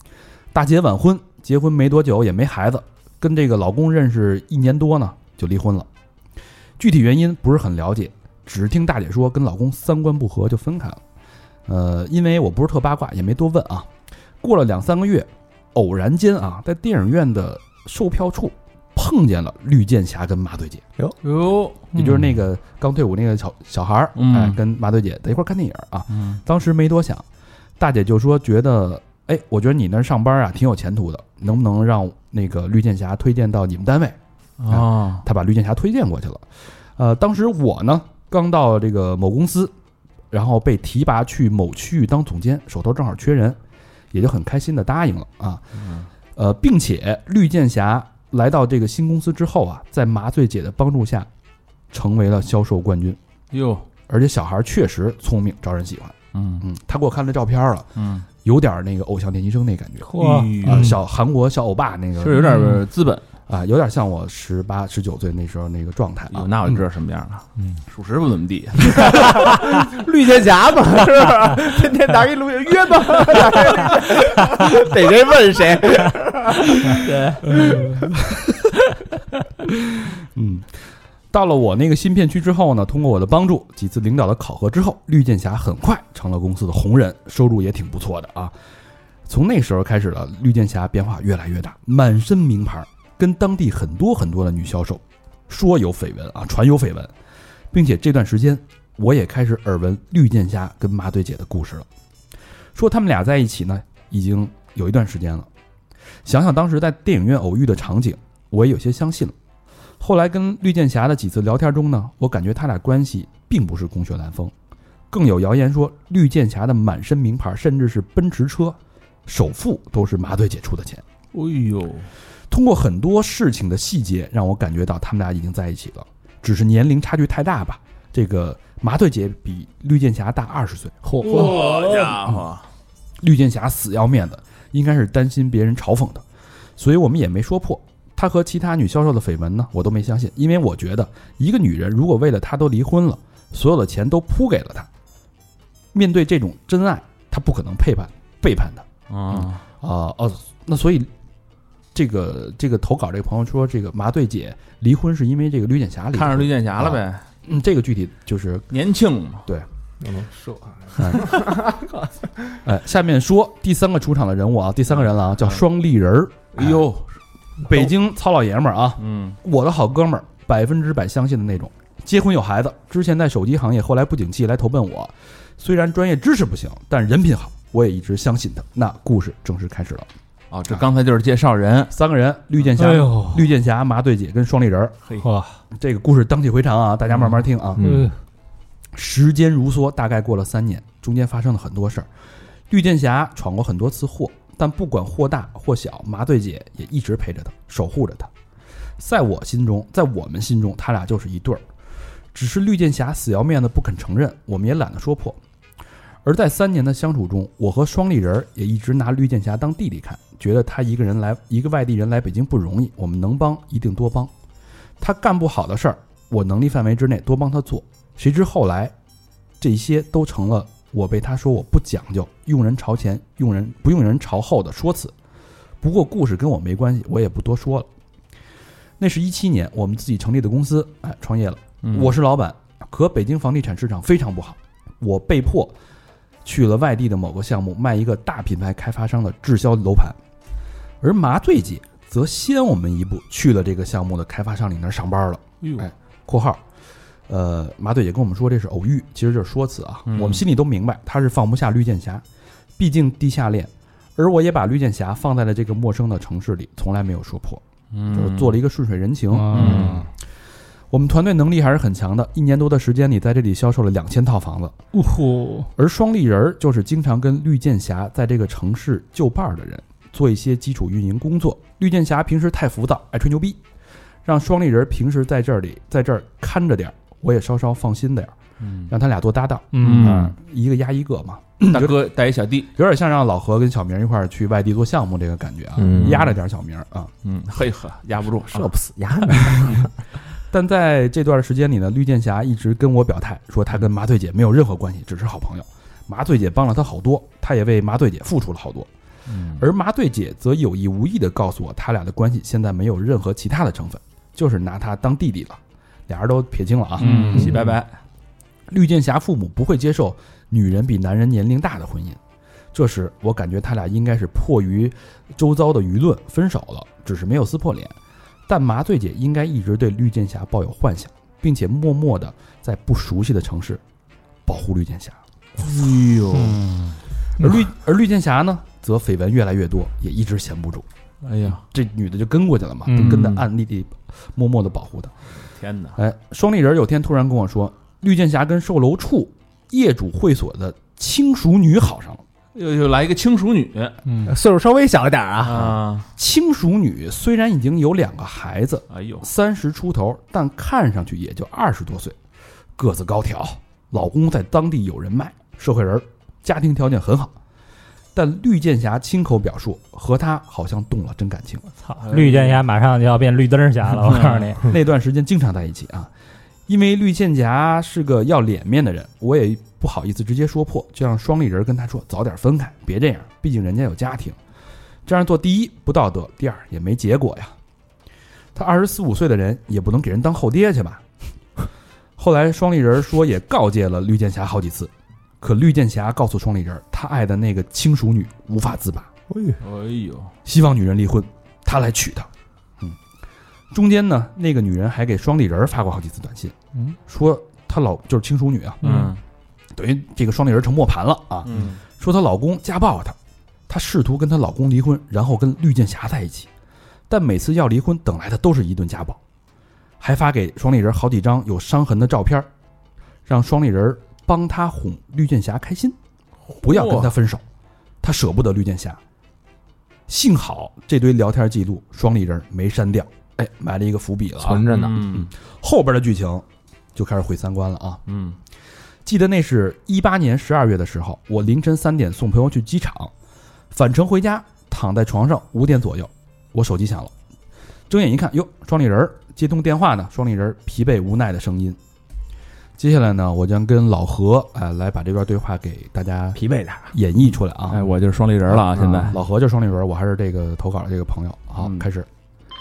大姐晚婚，结婚没多久也没孩子，跟这个老公认识1年多呢就离婚了。具体原因不是很了解，只听大姐说跟老公3观不合就分开了。因为我不是特八卦，也没多问啊。过了2-3个月，偶然间啊，在电影院的售票处碰见了绿箭侠跟麻醉姐。 哟， 也就是那个刚退伍那个小孩儿，跟麻醉姐在一块看电影啊。当时没多想，大姐就说觉得，我觉得你那上班啊挺有前途的，能不能让那个绿箭侠推荐到你们单位？他把绿箭侠推荐过去了。当时我呢刚到这个某公司，然后被提拔去某区域当总监，手头正好缺人，也就很开心的答应了啊。并且绿箭侠来到这个新公司之后啊，在麻醉姐的帮助下，成为了销售冠军。 哟， 而且小孩确实聪明，招人喜欢。他给我看了照片了，有点那个偶像练习生那感觉。小韩国小欧巴那个， 是有点资本啊，有点像我18、19岁那时候那个状态啊。 那我就知道什么样了。属实不怎么地。 绿箭侠嘛，是不是？天天打给路约吧，逮谁问谁。 到了我那个新片区之后呢，通过我的帮助，几次领导的考核之后，绿箭侠很快成了公司的红人，收入也挺不错的啊。从那时候开始了，绿箭侠变化越来越大，满身名牌，跟当地很多的女销售说有绯闻啊，传有绯闻，并且这段时间我也开始耳闻绿箭侠跟麻醉姐的故事了，说他们俩在一起呢已经有一段时间了。想想当时在电影院偶遇的场景，我也有些相信了。后来跟绿箭侠的几次聊天中呢，我感觉他俩关系并不是公雪蓝风，更有谣言说绿箭侠的满身名牌甚至是奔驰车首付都是麻醉姐出的钱。通过很多事情的细节让我感觉到他们俩已经在一起了，只是年龄差距太大吧。这个麻醉姐比绿箭侠大20岁。 嚯家伙， 绿箭侠死要面子，应该是担心别人嘲讽的，所以我们也没说破。他和其他女销售的绯闻呢，我都没相信，因为我觉得一个女人如果为了他都离婚了，所有的钱都铺给了他，面对这种真爱，他不可能背叛他。那所以这个投稿这个朋友说，这个麻醉姐离婚是因为这个绿箭侠离婚， 看上绿箭侠了呗。 这个具体就是年轻嘛。 对，下面说第3个出场的人物啊，第3个人了啊，叫双立人。北京糙老爷们儿啊，我的好哥们儿，100%相信的那种。结婚有孩子，之前在手机行业，后来不景气来投奔我。虽然专业知识不行，但人品好，我也一直相信他。那故事正式开始了。 这刚才就是介绍人 ，3个人：绿箭侠、麻醉姐跟双立人。 哇， 这个故事荡气回肠啊，大家慢慢听啊。时间如梭，大概过了3年，中间发生了很多事儿。绿箭侠闯过很多次祸。但不管祸大或小，麻醉姐也一直陪着他，守护着他。在我们心中，他俩就是一对儿。只是绿箭侠死要面子不肯承认，我们也懒得说破。而在3年的相处中，我和双立人也一直拿绿箭侠当弟弟看，觉得他一个外地人来北京不容易，我们能帮一定多帮。他干不好的事儿，我能力范围之内多帮他做。谁知后来，这些都成了我被他说我不讲究，用人朝前，不用人朝后的说辞。不过故事跟我没关系，我也不多说了。那是17年，我们自己成立的公司，创业了。我是老板，可北京房地产市场非常不好，我被迫去了外地的某个项目，卖一个大品牌开发商的滞销楼盘。而麻醉姐则先我们一步去了这个项目的开发商里那儿上班了。括号麻醉姐跟我们说这是偶遇，其实就是说辞啊。我们心里都明白，他是放不下绿箭侠，毕竟地下恋。而我也把绿箭侠放在了这个陌生的城市里，从来没有说破，就是做了一个顺水人情。我们团队能力还是很强的，1年多的时间里，在这里销售了2000套房子。而双立人就是经常跟绿箭侠在这个城市就伴的人，做一些基础运营工作。绿箭侠平时太浮躁，爱吹牛逼，让双立人平时在这儿看着点，我也稍稍放心点，让他俩做搭档，一个压一个嘛。 大哥带一小弟， 有点像让老何跟小明一块儿去外地做项目这个感觉啊，压着点小明啊， 嘿呵，压不住， 射不死，压着。 但在这段时间里呢，绿箭侠一直跟我表态说他跟麻醉姐没有任何关系，只是好朋友。麻醉姐帮了他好多，他也为麻醉姐付出了好多。 而麻醉姐则有意无意地告诉我，他俩的关系现在没有任何其他的成分，就是拿他当弟弟了，俩人都撇清了啊， 洗拜拜。 绿箭侠父母不会接受女人比男人年龄大的婚姻，这时我感觉他俩应该是迫于周遭的舆论分手了，只是没有撕破脸。但麻醉姐应该一直对绿箭侠抱有幻想，并且默默地在不熟悉的城市保护绿箭侠。 哎呦， 而绿箭侠呢，则绯闻越来越多，也一直闲不住。 哎呀， 这女的就跟过去了嘛，就跟在暗地里默默地保护他。 天哪！ 哎，双立人有天突然跟我说，绿箭侠跟售楼处业主会所的亲属女好上了。 又来一个亲属女， 岁数稍微小一点啊。 亲属女虽然已经有2个孩子， 哎呦 ，30出头，但看上去也就20多岁，个子高挑，老公在当地有人脉，社会人，家庭条件很好。但绿箭侠亲口表述，和他好像动了真感情。 操，绿箭侠马上就要变绿灯侠了，我告诉你， 那段时间经常在一起啊。因为绿箭侠是个要脸面的人，我也不好意思直接说破，就让双立人跟他说早点分开，别这样，毕竟人家有家庭。这样做第一不道德，第二也没结果呀。他24、25岁的人也不能给人当后爹去吧。后来双立人说也告诫了绿箭侠好几次，可绿箭侠告诉双立人，他爱的那个亲属女无法自拔， 哎呦， 希望女人离婚，他来娶她。中间呢，那个女人还给双立人发过好几次短信，说她就是亲属女啊，等于这个双立人成磨盘了啊，说她老公家暴她，她试图跟她老公离婚，然后跟绿箭侠在一起，但每次要离婚等来的都是一顿家暴，还发给双立人好几张有伤痕的照片，让双立人帮她哄绿箭侠开心，不要跟他分手，她舍不得绿箭侠。幸好这堆聊天记录双立人没删掉，哎，埋了一个伏笔了， 存着呢。 后边的剧情就开始毁三观了啊。记得那是18年12月的时候，我凌晨3点送朋友去机场，返程回家，躺在床上5点左右，我手机响了，睁眼一看，哟，双立人接通电话呢，双立人疲惫无奈的声音。接下来呢，我将跟老何来把这段对话给大家疲惫的演绎出来啊。 哎，我就是双立人了啊，现在老何就是双立人，我还是这个投稿的这个朋友。好，开始。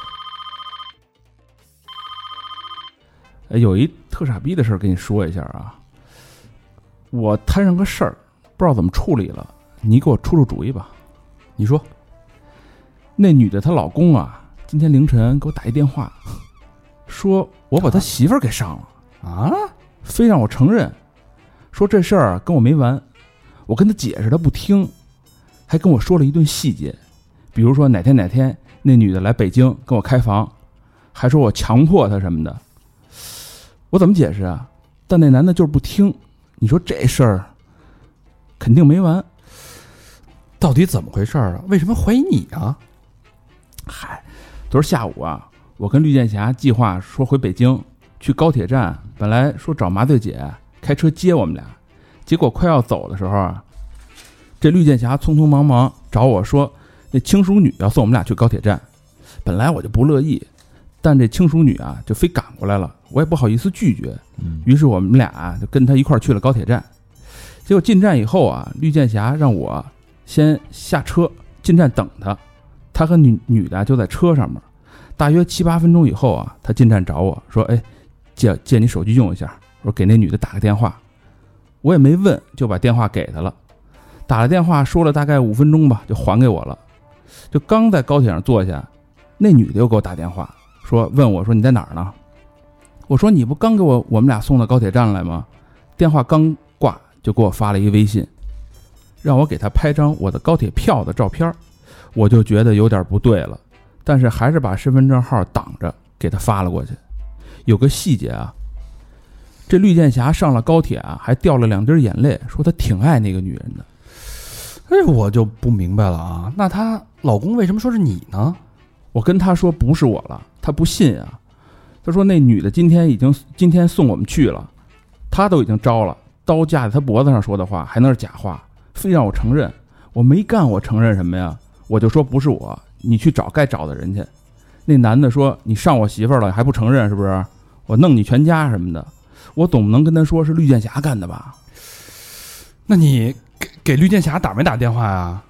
有一特傻逼的事儿跟你说一下啊，我摊上个事儿，不知道怎么处理了，你给我出主意吧。 你说， 那女的她老公啊，今天凌晨给我打一电话，说我把他媳妇儿给上了啊，非让我承认，说这事儿跟我没完，我跟他解释他不听，还跟我说了一顿细节，比如说哪天那女的来北京跟我开房，还说我强迫她什么的。我怎么解释啊？但那男的就是不听。你说这事儿肯定没完， 到底怎么回事啊？为什么怀疑你啊？ 嗨，昨儿下午啊，我跟绿箭侠计划说回北京，去高铁站，本来说找麻醉姐开车接我们俩，结果快要走的时候啊，这绿箭侠匆匆忙忙找我说，那亲属女要送我们俩去高铁站。本来我就不乐意，但这亲属女啊就非赶过来了，我也不好意思拒绝，于是我们俩就跟她一块儿去了高铁站。结果进站以后啊，绿箭侠让我先下车进站等他，他和女的就在车上面。大约7、8分钟以后啊，他进站找我说，哎，借你手机用一下，我给那女的打个电话。我也没问，就把电话给他了。打了电话说了大概5分钟吧，就还给我了。就刚在高铁上坐下，那女的又给我打电话，问我说你在哪儿呢？我说你不刚给我们俩送到高铁站来吗？电话刚挂就给我发了一个微信，让我给他拍张我的高铁票的照片。我就觉得有点不对了，但是还是把身份证号挡着给他发了过去。有个细节啊，这绿箭侠上了高铁啊，还掉了2滴眼泪，说他挺爱那个女人的。 哎，我就不明白了啊，那她老公为什么说是你呢？ 我跟他说不是我了，他不信啊。他说那女的今天送我们去了，他都已经招了，刀架在他脖子上说的话还能是假话，非让我承认。我没干，我承认什么呀？我就说不是我，你去找该找的人去。那男的说你上我媳妇儿了还不承认是不是？我弄你全家什么的。我总不能跟他说是绿箭侠干的吧？ 那你给绿箭侠打没打电话呀？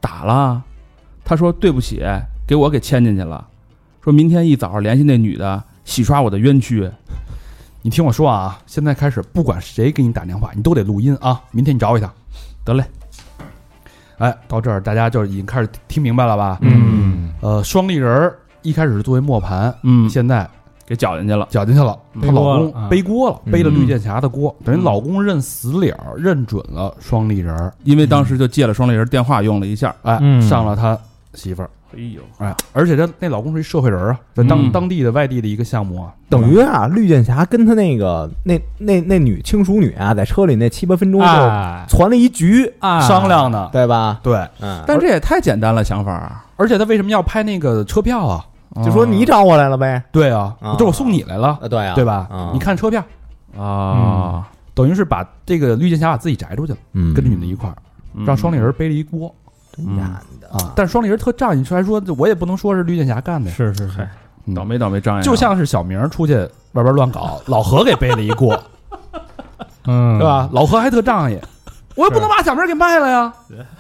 打了。他说对不起，给我牵进去了，说明天一早联系那女的洗刷我的冤屈。 你听我说啊，现在开始不管谁给你打电话，你都得录音啊，明天你找一下。 得嘞。 哎，到这儿大家就已经开始听明白了吧？双立人一开始是作为磨盘，现在给搅进去了， 她老公背锅了，背了绿箭侠的锅，等于老公认死了，认准了双立人， 因为当时就借了双立人电话用了一下， 上了他媳妇儿。而且那老公是一社会人啊，在当地的外地的一个项目啊， 等于啊，绿箭侠跟他那女亲属女啊，在车里那7-8分钟就传了一局商量的， 对吧？ 对， 但这也太简单了想法。 而且他为什么要拍那个车票啊？ 就说你找我来了呗。 对啊，这我送你来了， 对啊， 对吧？你看车票啊， 等于是把这个绿箭侠把自己摘出去了，跟着女的一块儿，让双立人背了一锅。 真的啊！但是双立人特仗义，还说我也不能说是绿箭侠干的， 是， 倒霉仗义， 就像是小明出去外边乱搞，老何给背了一锅，对吧？老何还特仗义，我也不能把小明给卖了呀。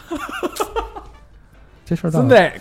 这事儿真的，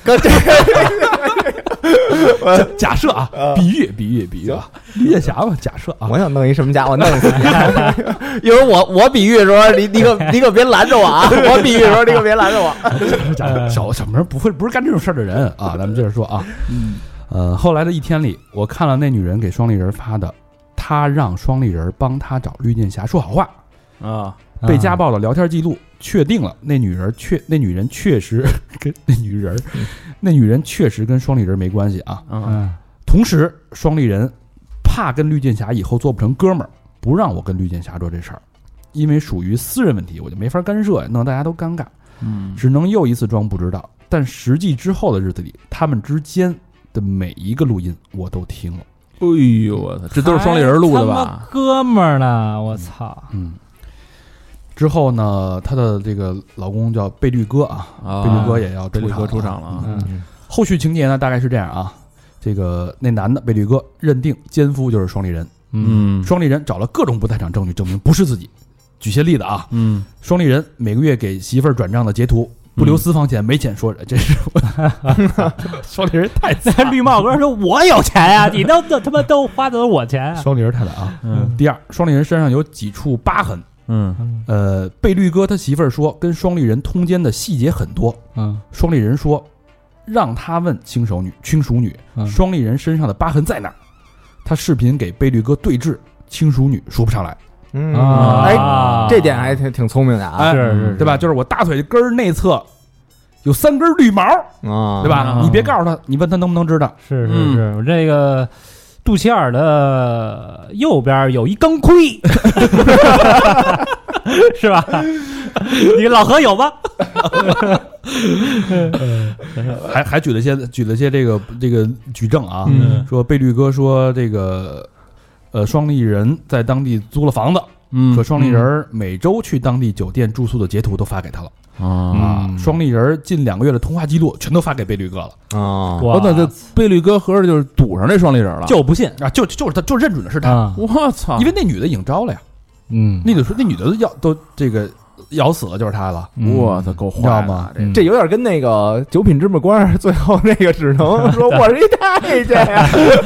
假设啊，比喻啊，绿箭侠嘛，假设啊， 我想弄一什么家伙弄死你，一会儿我比喻的时候，你可别拦着我啊！我比喻的时候，你可别拦着我。小明不是干这种事儿的人啊，咱们接着说啊，后来的一天里，我看了那女人给双立人发的，她让双立人帮她找绿箭侠说好话啊， 被家暴的聊天记录确定了，那女人确实跟那女人确实跟双立人没关系啊。同时双立人怕跟绿箭侠以后做不成哥们儿，不让我跟绿箭侠做这事儿，因为属于私人问题，我就没法干涉，弄得大家都尴尬。只能又一次装不知道。但实际之后的日子里，他们之间的每一个录音我都听了。 哎呦我操，这都是双立人录的吧？ 哥们儿呢？我操！ 之后呢，她的这个老公叫贝绿哥啊，贝绿哥也要出场了。 后续情节呢，大概是这样啊，这个那男的贝绿哥认定奸夫就是双立人，双立人找了各种不在场证据证明不是自己。举些例子啊，双立人每个月给媳妇儿转账的截图，不留私房钱，没钱说这是双立人太惨。 绿帽哥说：“我有钱呀，你他妈都花的都是我钱啊。” 双立人太惨啊。第二，双立人身上有几处疤痕。贝绿哥他媳妇儿说跟双立人通奸的细节很多。双立人说让他问亲属女，双立人身上的疤痕在哪儿？他视频给贝绿哥对峙，亲属女说不上来。 这点还挺聪明的啊， 是， 对吧？就是我大腿根内侧有3根绿毛对吧？你别告诉他，你问他能不能知道？ 是，我这个肚脐眼的右边有一钢盔，是吧？你老何有吗？ 还举了些这个举证啊，说贝绿哥说这个双立人在当地租了房子，可双立人每周去当地酒店住宿的截图都发给他了双立人近2个月的通话记录全都发给贝绿哥了那这贝绿哥合着就是堵上这双立人了， 就不信啊，就是他，就认准的是他。 我操！ 因为那女的已经招了呀，那女的都这个咬死了就是他了。 我操，够坏吗？ 这有点跟那个九品芝麻官最后那个只能说我是一太监呀。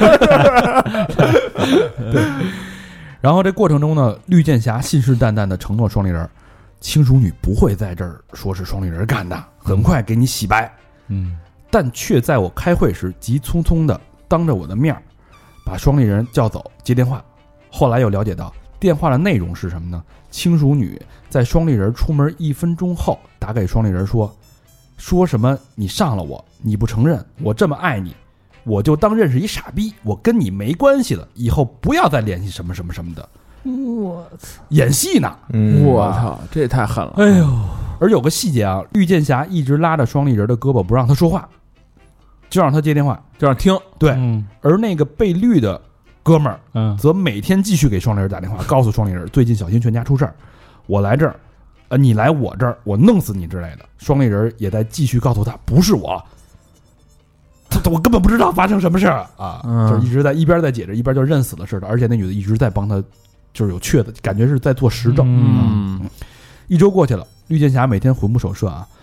对。然后这过程中呢，绿箭侠信誓旦旦的承诺双立人，亲属女不会在这儿说是双立人干的，很快给你洗白。但却在我开会时急匆匆的当着我的面把双立人叫走接电话。后来又了解到电话的内容是什么呢？亲属女在双立人出门1分钟后打给双立人说什么你上了我，你不承认，我这么爱你，我就当认识一傻逼，我跟你没关系了，以后不要再联系什么什么什么的。 我操， 演戏呢！ 我操，这也太狠了！ 哎呦，而有个细节啊，绿箭侠一直拉着双立人的胳膊不让他说话，就让他接电话， 就让听。 对，而那个被绿的哥们儿，则每天继续给双立人打电话，告诉双立人最近小新全家出事儿，我来这儿，你来我这儿，我弄死你之类的。双立人也在继续告诉他，不是我，我根本不知道发生什么事儿啊，就一边在解释，一边就认死了似的。而且那女的一直在帮他，就是有确的感觉是在做实证。1周过去了，绿箭侠每天魂不守舍啊。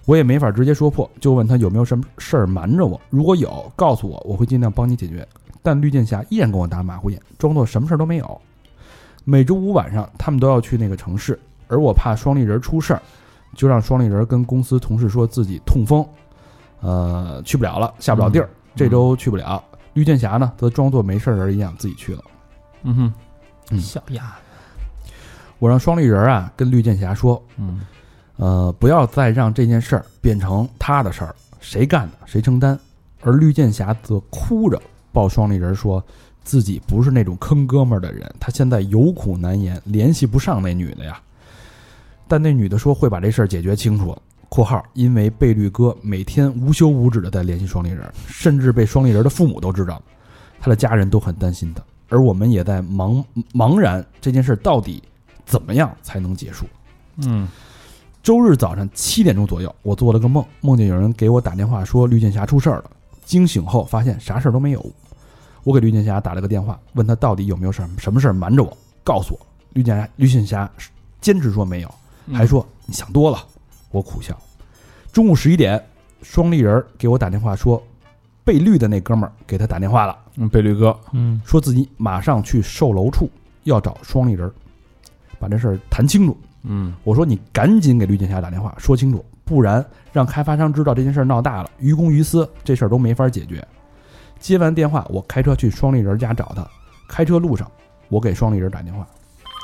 我也没法直接说破，就问他有没有什么事儿瞒着我，如果有告诉我，我会尽量帮你解决。但绿箭侠依然跟我打马虎眼，装作什么事儿都没有。每周五晚上他们都要去那个城市，而我怕双立人出事儿，就让双立人跟公司同事说自己痛风，去不了了，下不了地儿，这周去不了。绿箭侠呢则装作没事人一样自己去了。 小丫， 我让双立人啊跟绿箭侠说，不要再让这件事儿变成他的事儿，谁干的谁承担。而绿箭侠则哭着抱双立人说，自己不是那种坑哥们儿的人，他现在有苦难言，联系不上那女的呀。但那女的说会把这事儿解决清楚。括号因为贝绿哥每天无休无止的在联系双立人，甚至被双立人的父母都知道了，他的家人都很担心他，而我们也在茫然这件事到底怎么样才能结束。周日早上7点钟左右，我做了个梦，梦见有人给我打电话说绿箭侠出事儿了。惊醒后发现啥事儿都没有。我给绿箭侠打了个电话，问他到底有没有什么事儿瞒着我，告诉我。绿箭侠坚持说没有，还说你想多了。我苦笑。中午11点，双立人给我打电话说，被绿的那哥们儿给他打电话了， 贝绿哥， 说自己马上去售楼处要找双立人，把这事儿谈清楚。我说你赶紧给绿箭侠打电话说清楚，不然让开发商知道这件事闹大了，于公于私，这事儿都没法解决。接完电话，我开车去双立人家找他。开车路上，我给双立人打电话。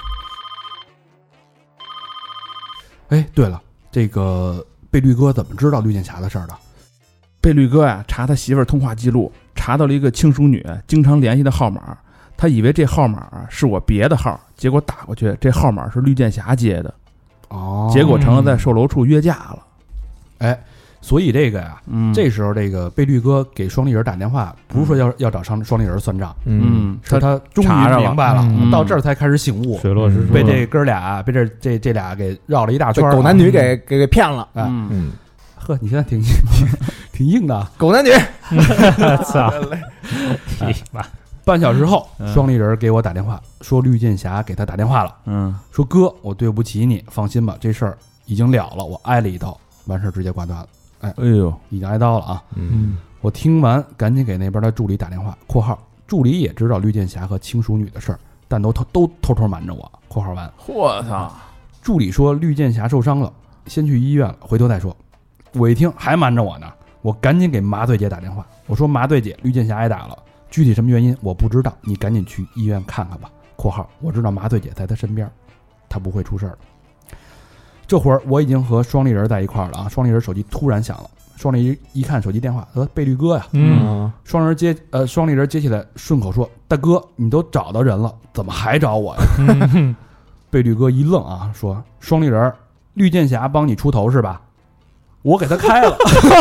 哎，对了，这个贝绿哥怎么知道绿箭侠的事儿的？ 贝绿哥呀，查他媳妇儿通话记录，查到了一个亲属女经常联系的号码，他以为这号码是我别的号，结果打过去，这号码是绿箭侠接的。结果成了在售楼处约架了。 哎，所以这个呀，这时候这个贝绿哥给双立人打电话，不是说要找双立人算账，是他终于明白了，到这儿才开始醒悟， 水落石出， 被这哥俩被这俩给绕了一大圈， 狗男女给骗了。 呵，你现在挺硬的， 狗男女， 操！ 半小时后，双立人给我打电话，说绿箭侠给他打电话了，说哥，我对不起你，放心吧，这事儿已经了了，我挨了一刀，完事儿直接挂断了。哎呦，已经挨刀了啊！我听完赶紧给那边的助理打电话（括号助理也知道绿箭侠和亲属女的事儿，但都偷偷瞒着我）（括号完）。 我操！ 助理说绿箭侠受伤了，先去医院了，回头再说。我一听还瞒着我呢，我赶紧给麻醉姐打电话，我说麻醉姐，绿箭侠挨打了。具体什么原因我不知道，你赶紧去医院看看吧。（括号我知道麻醉姐在他身边，他不会出事儿。）这会儿我已经和双立人在一块儿了啊！双立人手机突然响了，双立人一看手机电话，贝绿哥呀。双立人接起来，顺口说：“大哥，你都找到人了，怎么还找我呀？”贝绿哥一愣啊，说：“双立人，绿箭侠帮你出头是吧？我给他开了。”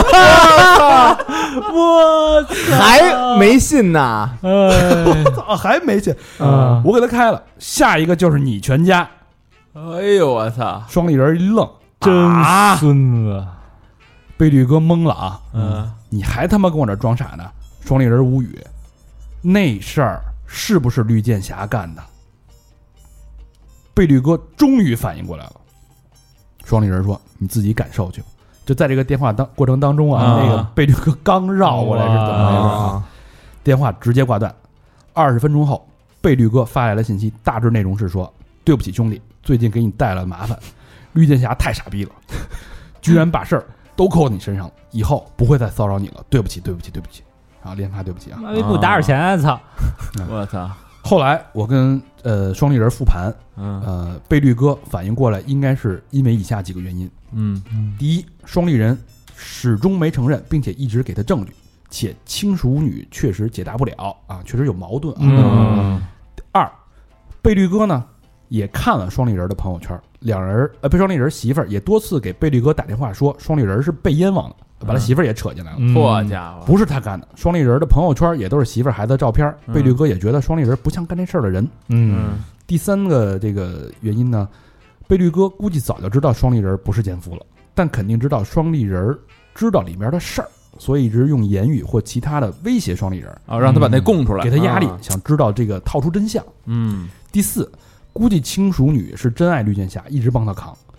我还没信呢， 操，还没信我给他开了，下一个就是你全家。 哎呦我操！ 双立人一愣， 真孙子！ 贝绿哥懵了啊，你还他妈跟我这装傻呢？双立人无语，那事儿是不是绿箭侠干的？贝绿哥终于反应过来了。双立人说：“你自己感受去。”就在这个电话过程当中啊，那个贝绿哥刚绕过来是怎么回事啊？电话直接挂断。20分钟后，贝绿哥发来了信息，大致内容是说：“对不起兄弟，最近给你带来了麻烦，绿箭侠太傻逼了，居然把事儿都扣你身上了，以后不会再骚扰你了，对不起。”啊，连发对不起啊！ 不打点钱，操！ 我操！ 后来我跟双立人复盘，贝绿哥反应过来，应该是因为以下几个原因。第一，双立人始终没承认，并且一直给他证据，且亲属女确实解答不了啊，确实有矛盾啊。二，贝绿哥呢也看了双立人的朋友圈，双立人媳妇儿也多次给贝绿哥打电话说双立人是被冤枉的，把他媳妇儿也扯进来了。 错家伙， 不是他干的。双立人的朋友圈也都是媳妇儿孩子的照片，贝绿哥也觉得双立人不像干这事儿的人。第三个这个原因呢，贝绿哥估计早就知道双立人不是奸夫了，但肯定知道双立人知道里面的事儿，所以一直用言语或其他的威胁双立人让他把那供出来， 给他压力，想知道这个套出真相。第四，估计亲属女是真爱绿箭侠，一直帮他扛。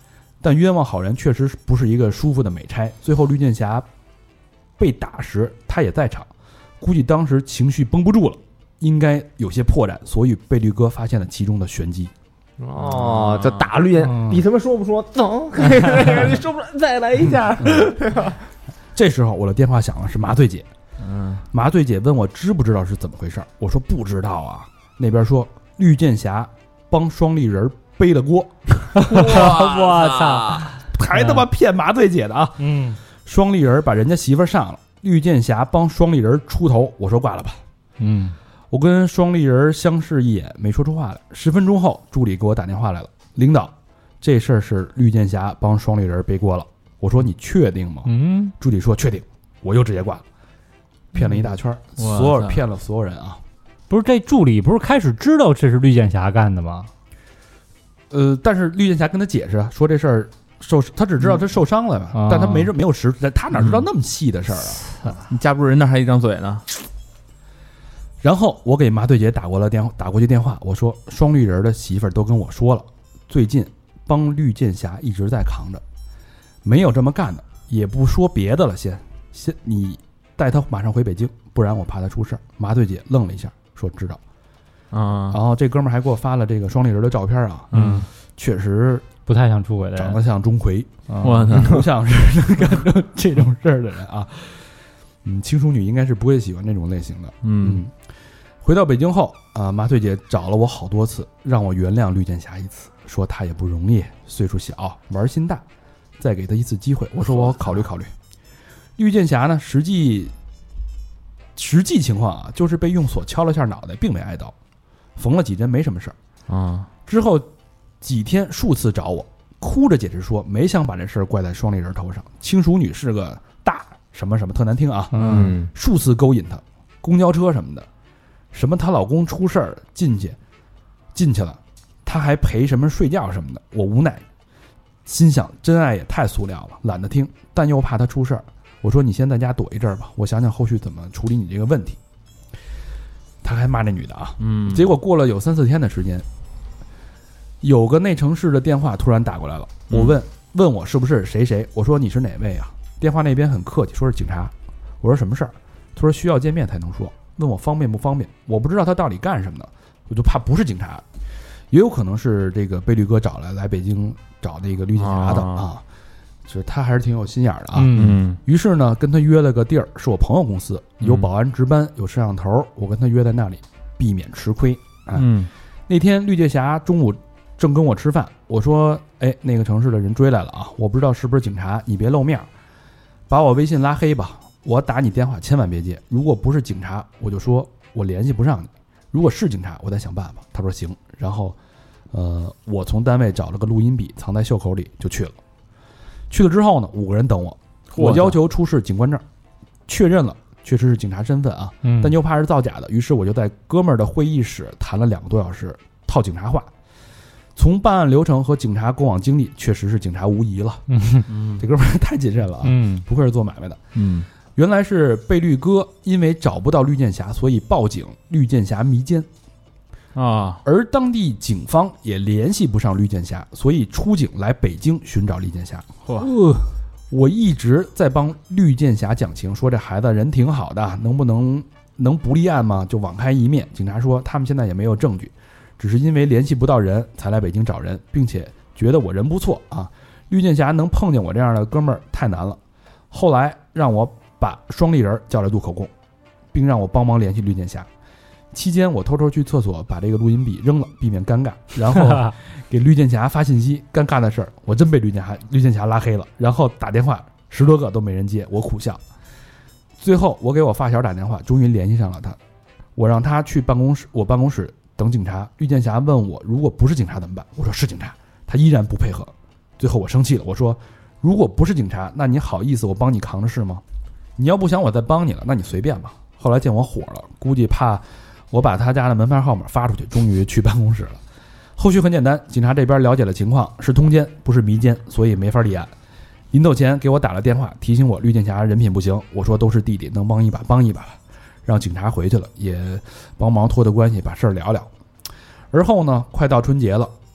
但冤枉好人确实不是一个舒服的美差。最后绿箭侠被打时他也在场，估计当时情绪绷不住了，应该有些破绽，所以被绿哥发现了其中的玄机。 哦，这打绿箭，你他妈说不说？走，你说不说？再来一下。 这时候我的电话响了，是麻醉姐。麻醉姐问我知不知道是怎么回事，我说不知道啊。那边说绿箭侠帮双立人背了锅。 我操， 还他妈骗麻醉姐的啊！双立人把人家媳妇上了，绿箭侠帮双立人出头。我说挂了吧。我跟双立人相视一眼，没说出话来。10分钟后，助理给我打电话来了，领导，这事儿是绿箭侠帮双立人背锅了。我说你确定吗？助理说确定。我又直接挂了，骗了一大圈，骗了所有人啊！ 不是这助理不是开始知道这是绿箭侠干的吗？ 但是绿箭侠跟他解释说这事儿他只知道他受伤了嘛，但他没有实，他哪知道那么细的事儿啊？ 你架不住人那还一张嘴呢。 然后我给麻醉姐打过去电话，我说双绿人的媳妇儿都跟我说了，最近帮绿箭侠一直在扛着，没有这么干的，也不说别的了，先你带他马上回北京，不然我怕他出事。麻醉姐愣了一下，说知道。然后这哥们儿还给我发了这个双立人的照片啊，确实不太像出轨的人， 长得像钟馗， 我操， 不像是能干出这种事儿的人啊。轻熟女应该是不会喜欢这种类型的。回到北京后啊，麻醉姐找了我好多次，让我原谅绿箭侠一次，说他也不容易，岁数小，玩心大，再给他一次机会。我说我考虑考虑。绿箭侠呢，实际情况啊，就是被用锁敲了下脑袋，并没挨刀，缝了几针，没什么事儿啊。之后几天数次找我，哭着解释说没想把这事儿怪在双立人头上，轻熟女是个大什么什么特难听啊，数次勾引她，公交车什么的，什么她老公出事儿进去了，她还陪什么睡觉什么的。我无奈，心想真爱也太塑料了，懒得听，但又怕她出事儿。我说你先在家躲一阵儿吧，我想想后续怎么处理你这个问题。他还骂那女的啊，结果过了有3-4天的时间，有个内城市的电话突然打过来了，我问我是不是谁谁，我说你是哪位啊？电话那边很客气，说是警察。我说什么事儿？他说需要见面才能说，问我方便不方便。我不知道他到底干什么的，我就怕不是警察，也有可能是这个被绿哥找来北京找那个绿箭侠的啊。就是他还是挺有心眼的啊。于是呢，跟他约了个地儿，是我朋友公司，有保安值班，有摄像头，我跟他约在那里，避免吃亏。那天绿箭侠中午正跟我吃饭，我说那个城市的人追来了啊，我不知道是不是警察，你别露面，把我微信拉黑吧，我打你电话千万别接，如果不是警察我就说我联系不上你，如果是警察我再想办法。他说行。然后我从单位找了个录音笔藏在袖口里就去了。去了之后呢，5个人等我，我要求出示警官证，确认了确实是警察身份啊，但又怕是造假的，于是我就在哥们儿的会议室谈了2个多小时，套警察话。从办案流程和警察过往经历，确实是警察无疑了。这哥们儿太谨慎了啊，不愧是做买卖的。原来是被绿哥因为找不到绿箭侠，所以报警绿箭侠迷奸啊，而当地警方也联系不上绿箭侠，所以出警来北京寻找绿箭侠。我一直在帮绿箭侠讲情，说这孩子人挺好的，能不立案吗？就网开一面。警察说他们现在也没有证据，只是因为联系不到人才来北京找人，并且觉得我人不错啊，绿箭侠能碰见我这样的哥们儿太难了。后来让我把双立人叫来录口供，并让我帮忙联系绿箭侠。期间我偷偷去厕所把这个录音笔扔了，避免尴尬，然后给绿箭侠发信息。尴尬的事儿，我真被绿箭侠拉黑了，然后打电话10多个都没人接，我苦笑。最后我给我发小打电话，终于联系上了他，我让他去我办公室等警察。绿箭侠问我如果不是警察怎么办，我说是警察，他依然不配合。最后我生气了，我说如果不是警察，那你好意思我帮你扛着是吗？你要不想我再帮你了，那你随便吧。后来见我火了，估计怕我把他家的门牌号码发出去，终于去办公室了。后续很简单，警察这边了解了情况，是通奸不是迷奸，所以没法立案。临走前给我打了电话，提醒我绿箭侠人品不行，我说都是弟弟，能帮一把帮一把吧。让警察回去了，也帮忙托的关系把事儿聊聊。而后呢，快到春节了，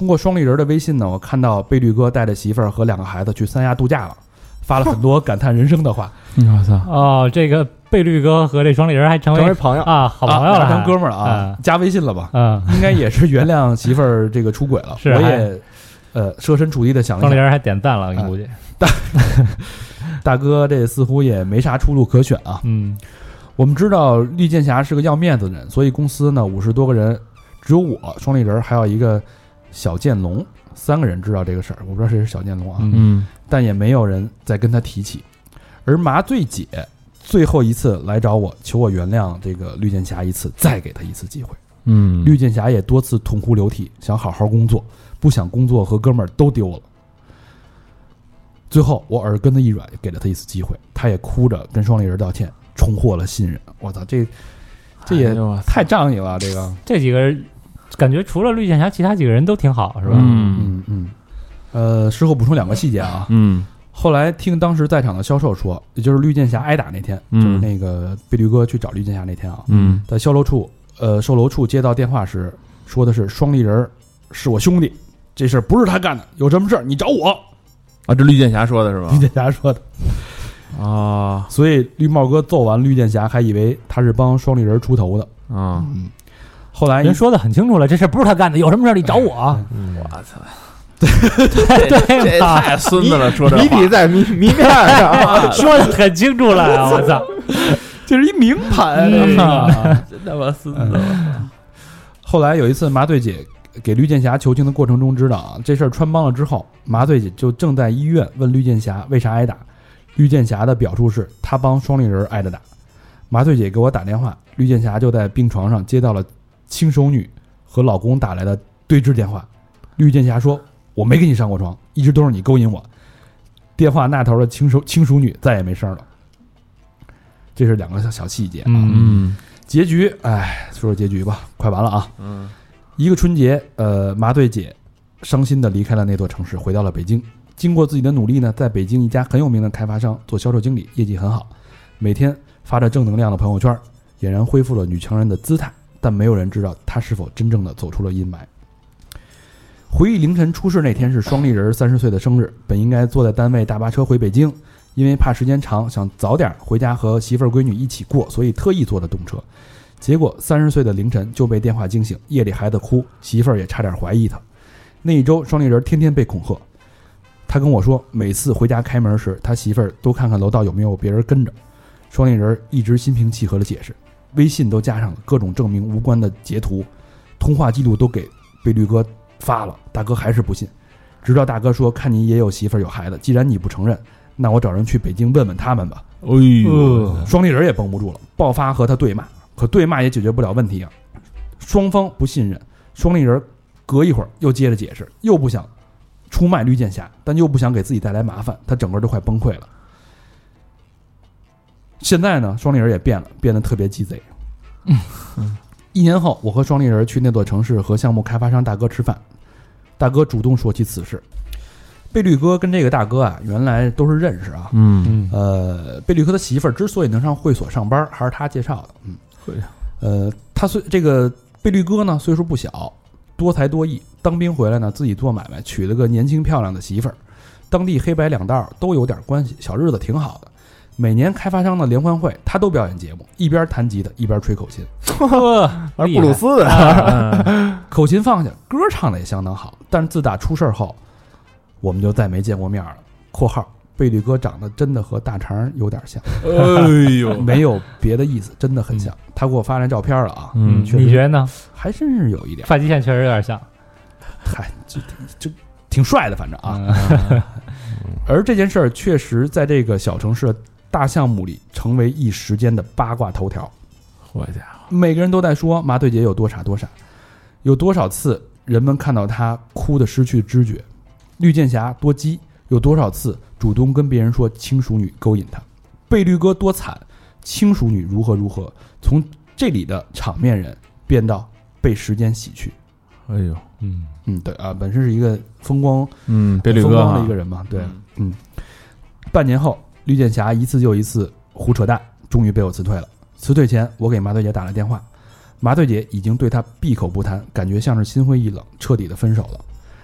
通过双立人的微信呢，我看到贝绿哥带着媳妇儿和2个孩子去三亚度假了，发了很多感叹人生的话。 我操！哦，这个贝绿哥和这双立人还成为朋友啊，好朋友了， 成哥们儿了啊！加微信了吧？应该也是原谅媳妇儿这个出轨了。 是， 我也设身处地的想了想， 双立人还点赞了，你估计。 大哥这似乎也没啥出路可选啊。我们知道绿箭侠是个要面子的人，所以公司呢50多个人，只有我双立人还有一个小剑龙，3个人知道这个事儿。我不知道谁是小剑龙啊，但也没有人再跟他提起。而麻醉姐最后一次来找我，求我原谅这个绿箭侠一次，再给他一次机会。绿箭侠也多次痛哭流涕，想好好工作，不想工作和哥们儿都丢了。最后我耳根子一软，给了他一次机会，他也哭着跟双立人道歉，重获了信任。我操，这也太仗义了。这几个人感觉除了绿箭侠，其他几个人都挺好，是吧？ 事后补充2个细节啊。后来听当时在场的销售说，也就是绿箭侠挨打那天，就是那个贝绿哥去找绿箭侠那天啊，在售楼处接到电话时，说的是双立人是我兄弟，这事儿不是他干的，有什么事儿你找我啊。这绿箭侠说的是吧？ 绿箭侠说的啊，所以绿帽哥揍完绿箭侠，还以为他是帮双立人出头的啊。后来人说的很清楚了，这事不是他干的，有什么事你找我。 我操！这太孙子了，说这话谜底在谜面上， 说的很清楚了。我操， 这是一名盘， 真他妈孙子！ 后来有一次，麻醉姐给绿箭侠求情的过程中知道啊，这事儿穿帮了之后，麻醉姐就正在医院问绿箭侠为啥挨打。绿箭侠的表述是他帮双立人挨的打。麻醉姐给我打电话，绿箭侠就在病床上接到了亲手女和老公打来的对峙电话。绿箭侠说，我没跟你上过床，一直都是你勾引我。电话那头的亲属女再也没声了。这是2个小细节啊。结局，说说结局吧，快完了啊。一个春节，麻醉姐伤心的离开了那座城市，回到了北京。经过自己的努力呢，在北京一家很有名的开发商做销售经理，业绩很好，每天发着正能量的朋友圈，俨然恢复了女强人的姿态。但没有人知道她是否真正的走出了阴霾。回忆凌晨出事那天是双立人30岁的生日，本应该坐在单位大巴车回北京，因为怕时间长，想早点回家和媳妇儿闺女一起过，所以特意坐的动车。结果30岁的凌晨就被电话惊醒，夜里孩子哭，媳妇儿也差点怀疑他。那一周双立人天天被恐吓，他跟我说每次回家开门时，他媳妇儿都看看楼道有没有别人跟着。双立人一直心平气和的解释，微信都加上了各种证明无关的截图，通话记录都给贝绿哥发了，大哥还是不信。直到大哥说看你也有媳妇儿有孩子，既然你不承认，那我找人去北京问问他们吧。双立人也绷不住了，爆发和他对骂，可对骂也解决不了问题啊。双方不信任，双立人隔一会儿又接着解释，又不想出卖绿箭侠，但又不想给自己带来麻烦，他整个都快崩溃了。现在呢，双立人也变了，变得特别鸡贼。1年后，我和双立人去那座城市和项目开发商大哥吃饭，大哥主动说起此事。贝绿哥跟这个大哥啊，原来都是认识啊。贝绿哥的媳妇儿之所以能上会所上班，还是他介绍的。他这个贝绿哥呢，岁数不小，多才多艺，当兵回来呢，自己做买卖，娶了个年轻漂亮的媳妇儿，当地黑白两道都有点关系，小日子挺好的。每年开发商的联欢会，他都表演节目，一边弹吉他一边吹口琴， 而布鲁斯的口琴放下，歌唱的也相当好。但自打出事后，我们就再没见过面了。（括号贝绿哥长得真的和大肠有点像，没有别的意思，真的很像。他给我发来照片了啊， 你觉得呢？ 还真是有一点， 发际线确实有点像， 嗨，就挺帅的，反正啊。而这件事儿确实在这个小城市的大项目里成为一时间的八卦头条。 好家伙， 每个人都在说麻醉姐有多傻多傻，有多少次人们看到她哭得失去知觉，绿箭侠多鸡，有多少次主动跟别人说亲属女勾引他，贝绿哥多惨，亲属女如何如何，从这里的场面人变到被时间洗去。 哎呦， 对啊，本身是一个风光， 贝绿哥风光的一个人嘛，对，半年后，绿箭侠一次又一次胡扯淡，终于被我辞退了。辞退前，我给麻醉姐打了电话，麻醉姐已经对他闭口不谈，感觉像是心灰意冷，彻底的分手了。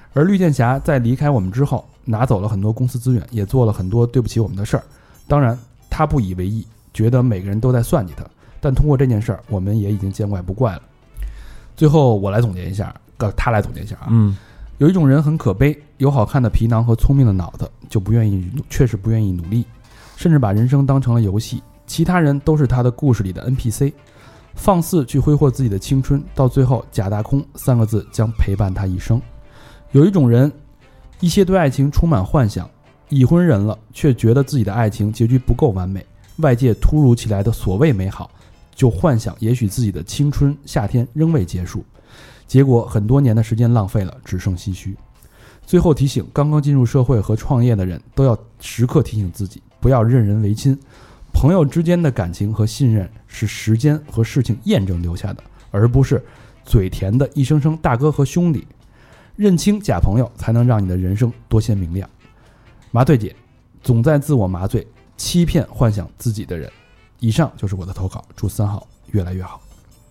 而绿箭侠在离开我们之后，拿走了很多公司资源，也做了很多对不起我们的事儿。当然，他不以为意，觉得每个人都在算计他。但通过这件事儿，我们也已经见怪不怪了。最后我来总结一下，他来总结一下啊。有一种人很可悲，有好看的皮囊和聪明的脑子，确实不愿意努力，甚至把人生当成了游戏，其他人都是他的故事里的 NPC， 放肆去挥霍自己的青春，到最后假大空3个字将陪伴他一生。有一种人，一些对爱情充满幻想，已婚人了，却觉得自己的爱情结局不够完美，外界突如其来的所谓美好，就幻想也许自己的青春夏天仍未结束，结果很多年的时间浪费了，只剩唏嘘。最后提醒刚刚进入社会和创业的人，都要时刻提醒自己，不要任人唯亲。朋友之间的感情和信任是时间和事情验证留下的，而不是嘴甜的一声声大哥和兄弟。认清假朋友，才能让你的人生多些明亮。麻醉姐，总在自我麻醉、欺骗、幻想自己的人。以上就是我的投稿，祝3号越来越好。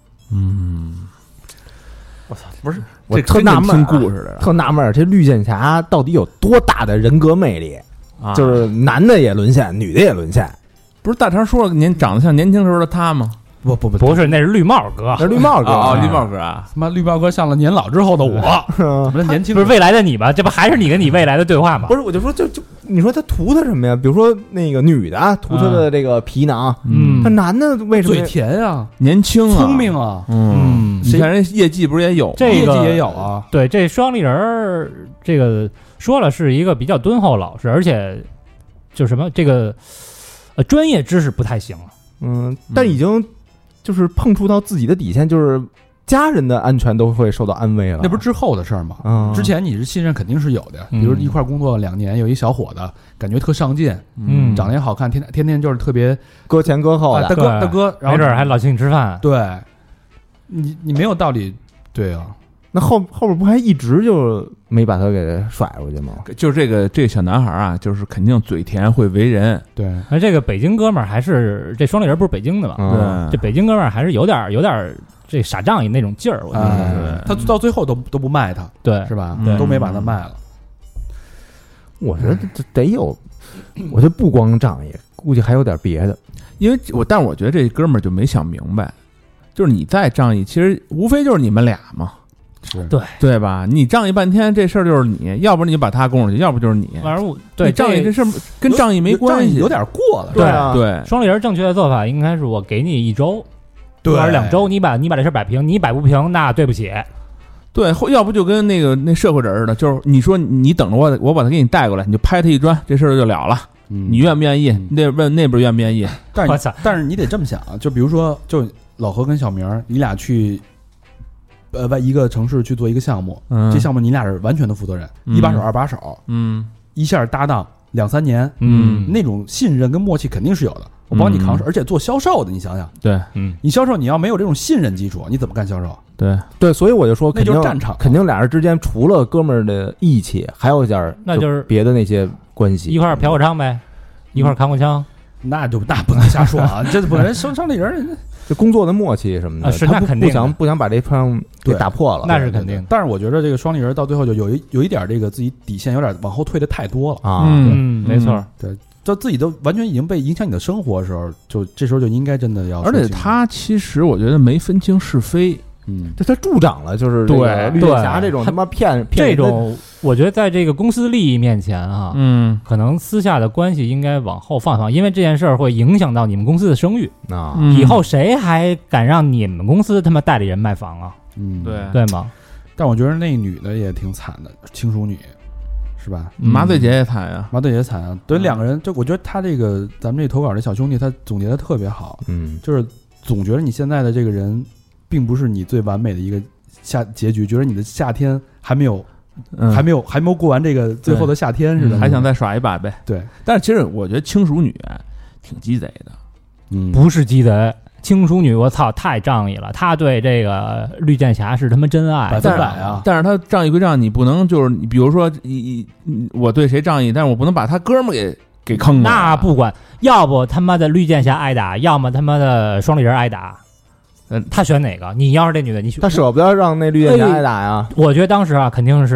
我操，不是，我特纳闷，故事的特纳闷，这绿箭侠到底有多大的人格魅力？就是男的也沦陷，女的也沦陷。 不是大肠说了，您长得像年轻时候的他吗？ 不是，那是绿帽哥， 那是绿帽哥啊，绿帽哥啊， 他妈绿帽哥像了年老之后的我，怎么年轻？ 不是未来的你吗？这不还是你跟你未来的对话吗？ 不是，我就说，就你说他图他什么呀？比如说那个女的图他的这个皮囊，他男的为什么嘴甜啊， 年轻啊， 聪明啊， 你看人业绩不是也有， 这个业绩也有啊。 对，这双立人这个说了是一个比较敦厚老实，而且就什么这个专业知识不太行了， 但已经。就是碰触到自己的底线，就是家人的安全都会受到安危了。 那不是之后的事儿吗？之前你是信任肯定是有的，比如一块工作2年，有一小伙子感觉特上进，长得也好看，天天就是特别搁前搁后的， 大哥，然后没准还老请你吃饭。 对，你没有道理，对啊。 那后边不还一直就没把他给甩过去吗？ 就是这个小男孩啊，就是肯定嘴甜会为人。 对， 而这个北京哥们儿还是这双立人不是北京的嘛？ 对， 这北京哥们儿还是有点这傻仗义那种劲儿。我觉得他到最后都不卖他， 对， 是吧？都没把他卖了。 我觉得得有，我觉得不光仗义，估计还有点别的。 因为但是我觉得这哥们儿就没想明白，就是你再仗义，其实无非就是你们俩嘛。 是对吧？你仗义半天，这事儿就是你，要不然你就把他供出去，要不就是你。 反正对仗义这事儿跟仗义没关系， 有点过了。 对啊， 对， 双立人正确的做法应该是我给你1周， 对 ，2周，你把这事摆平，你摆不平，那对不起。 对，要不就跟那社会人似的，就是你说你等着我把他给你带过来，你就拍他一砖，这事儿就了了。你愿不愿意？问那边愿不愿意？ 但是你得这么想，就比如说，就老何跟小明，你俩去。一个城市去做一个项目，这项目你俩是完全的负责人，一把手二把手，一下搭档2-3年，那种信任跟默契肯定是有的。我帮你扛事，而且做销售的，你想想， 对， 你销售你要没有这种信任基础，你怎么干销售？ 对，所以我就说， 那就是战场， 肯定俩人之间除了哥们儿的义气，还有一点那就是别的那些关系， 一块嫖过娼呗，一块扛过枪， 那不能瞎说啊，这不能生里人。 就工作的默契什么的， 是那肯定不想把这窗给打破了， 那是肯定。 但是我觉得这个双立人到最后就有一点这个自己底线有点往后退的太多了啊。 没错， 对，就自己都完全已经被影响你的生活的时候，就这时候就应该真的要。 而且他其实我觉得没分清是非。 这他助长了，就是对绿箭侠这种他妈骗这种，我觉得在这个公司利益面前啊， 可能私下的关系应该往后放放，因为这件事儿会影响到你们公司的声誉啊。 以后谁还敢让你们公司他妈代理人卖房啊？对吗？ 但我觉得那女的也挺惨的，亲属女，是吧？ 麻醉姐也惨呀， 麻醉姐惨啊。对，2个人，就我觉得他这个咱们这投稿的小兄弟，他总结的特别好，就是总觉得你现在的这个人。并不是你最完美的一个结局，觉得你的夏天还没有过完这个最后的夏天似的， 还想再耍一把呗。 对， 但是其实我觉得轻熟女挺鸡贼的， 不是鸡贼，轻熟女我操太仗义了，她对这个绿箭侠是他妈真爱 ，100%啊！ 但是她仗义归仗义，你不能就是你比如说我对谁仗义，但是我不能把他哥们给坑了。 那不管，要不他妈的绿箭侠挨打，要么他妈的双立人挨打。他选哪个？你要是这女的，你选他舍不得让那绿箭侠挨打呀。 我觉得当时啊，肯定是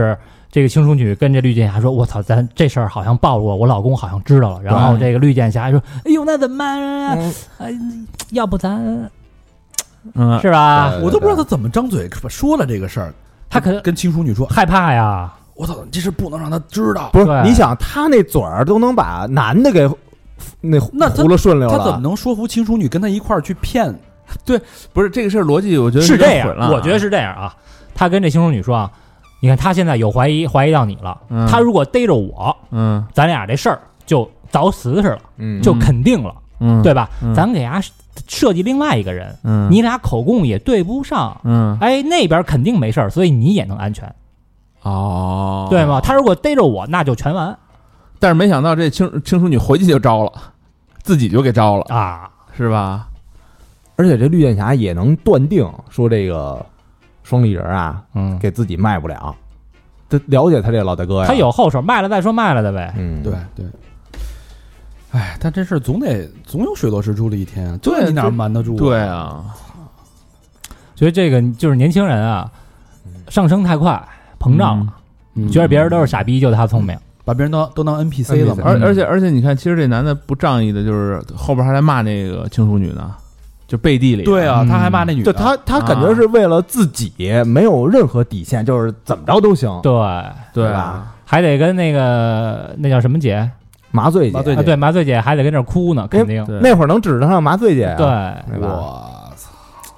这个青书女跟这绿箭侠说：“我操，咱这事儿好像暴露了，我老公好像知道了。”然后这个绿箭侠说：“哎呦，那怎么办啊？要不咱，是吧？ 我都不知道他怎么张嘴说了这个事儿。他可跟青书女说害怕呀， 我操，这事不能让他知道。 不是，你想他那嘴儿都能把男的给那糊了顺溜了， 他怎么能说服青书女跟他一块儿去骗？ 对，不是这个事儿逻辑，我觉得是这样，我觉得是这样啊。他跟这青书女说啊。”你看他现在有怀疑到你了，他如果逮着我，咱俩这事儿就凿死了，就肯定了，对吧？咱给他设计另外一个人，你俩口供也对不上，哎，那边肯定没事儿，所以你也能安全，对吗？他如果逮着我，那就全完。 但是没想到这青书女回去就招了，自己就给招了啊， 是吧？ 而且这绿箭侠也能断定说这个。双立人啊，给自己卖不了，他了解他这老大哥呀， 他有后手，卖了再说卖了的呗。 对。哎，但这事总有水落石出的一天啊，这你哪瞒得住？ 对啊， 所以这个就是年轻人啊，上升太快，膨胀了，觉得别人都是傻逼，就他聪明， 把别人都当 NPC 了嘛。 而且你看，其实这男的不仗义的，就是后边还来骂那个青书女呢。就背地里， 对啊，他还骂那女的， 就他感觉是为了自己，没有任何底线，就是怎么着都行， 对吧？ 还得跟那叫什么姐， 麻醉姐， 对，麻醉姐还得跟这哭呢，肯定那会儿能指得上麻醉姐， 对吧？ 我操，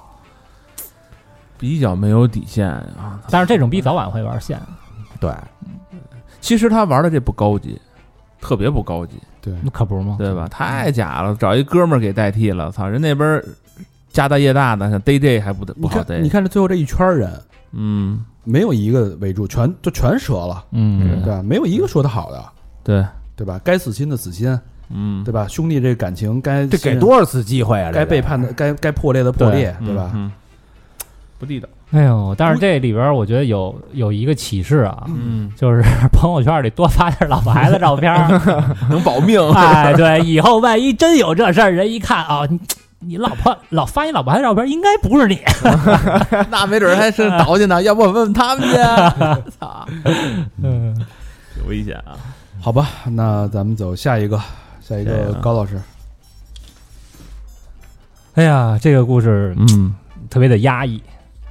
比较没有底线啊！ 但是这种逼早晚会玩线， 对。 其实他玩的这不高级，特别不高级， 对， 那可不是吗？ 对吧？太假了，找一哥们儿给代替了，操，人那边。家大业大的，像逮这还不好逮。 你看这最后这一圈人，没有一个围住，全折了，对吧？没有一个说的好的，对吧？该死心的死心，对吧？兄弟这感情这给多少次机会啊？ 该背叛的该破裂的破裂，对吧？ 不地道。 哎呦，但是这里边我觉得有一个启示啊，就是朋友圈里多发点老婆孩子照片， 能保命。 哎，对，以后万一真有这事儿，人一看啊。你老婆老发你老婆孩子照片，应该不是你， 那没准还是倒去呢。要不我问问他们去？操，有危险啊！ 好吧，那咱们走下一个高老师。 哎呀，这个故事特别的压抑。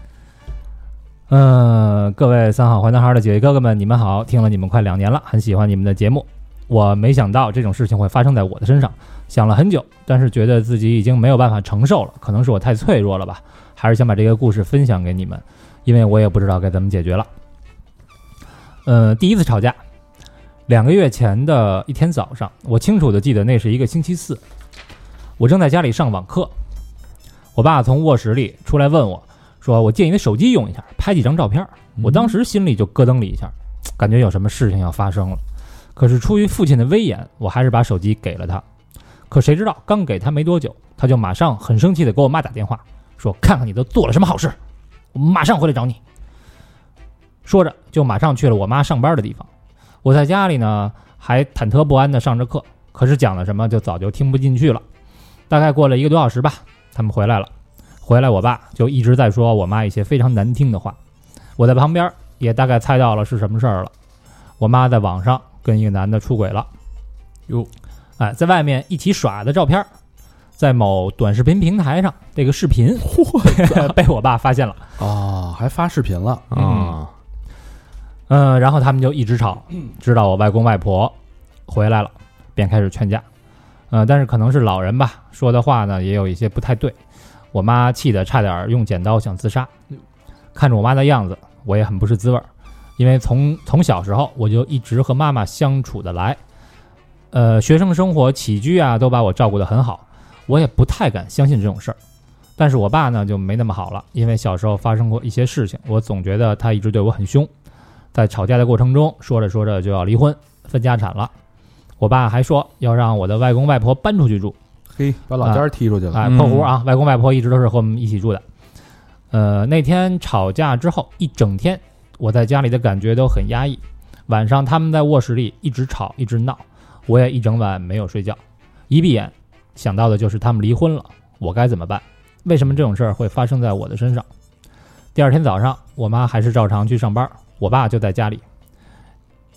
各位三好坏男孩的姐姐哥哥们，你们好！听了你们快2年了，很喜欢你们的节目。我没想到这种事情会发生在我的身上。想了很久，但是觉得自己已经没有办法承受了，可能是我太脆弱了吧，还是想把这个故事分享给你们，因为我也不知道该怎么解决了。第一次吵架，2个月前的一天早上，我清楚的记得那是一个星期四，我正在家里上网课，我爸从卧室里出来问我，说我借你的手机用一下，拍几张照片。我当时心里就咯噔了一下，感觉有什么事情要发生了，可是出于父亲的威严，我还是把手机给了他。可谁知道刚给他没多久，他就马上很生气的给我妈打电话，说看看你都做了什么好事，我马上回来找你。说着就马上去了我妈上班的地方。我在家里呢还忐忑不安的上着课，可是讲了什么就早就听不进去了。大概过了1个多小时吧，他们回来了，回来我爸就一直在说我妈一些非常难听的话。我在旁边也大概猜到了是什么事儿了，我妈在网上跟一个男的出轨了。在外面一起耍的照片，在某短视频平台上，这个视频被我爸发现了啊，还发视频了啊。然后他们就一直吵，直到我外公外婆回来了，便开始劝架。但是可能是老人吧，说的话呢也有一些不太对。我妈气得差点用剪刀想自杀。看着我妈的样子，我也很不是滋味，因为从小时候我就一直和妈妈相处得来。学生生活起居啊都把我照顾得很好，我也不太敢相信这种事儿。但是我爸呢就没那么好了，因为小时候发生过一些事情，我总觉得他一直对我很凶。在吵架的过程中，说着说着就要离婚分家产了。我爸还说要让我的外公外婆搬出去住， 把老家踢出去了。 括弧啊，外公外婆一直都是和我们一起住的。那天吵架之后一整天，我在家里的感觉都很压抑。晚上他们在卧室里一直吵一直闹，我也一整晚没有睡觉，一闭眼想到的就是他们离婚了，我该怎么办？为什么这种事儿会发生在我的身上？第二天早上，我妈还是照常去上班，我爸就在家里。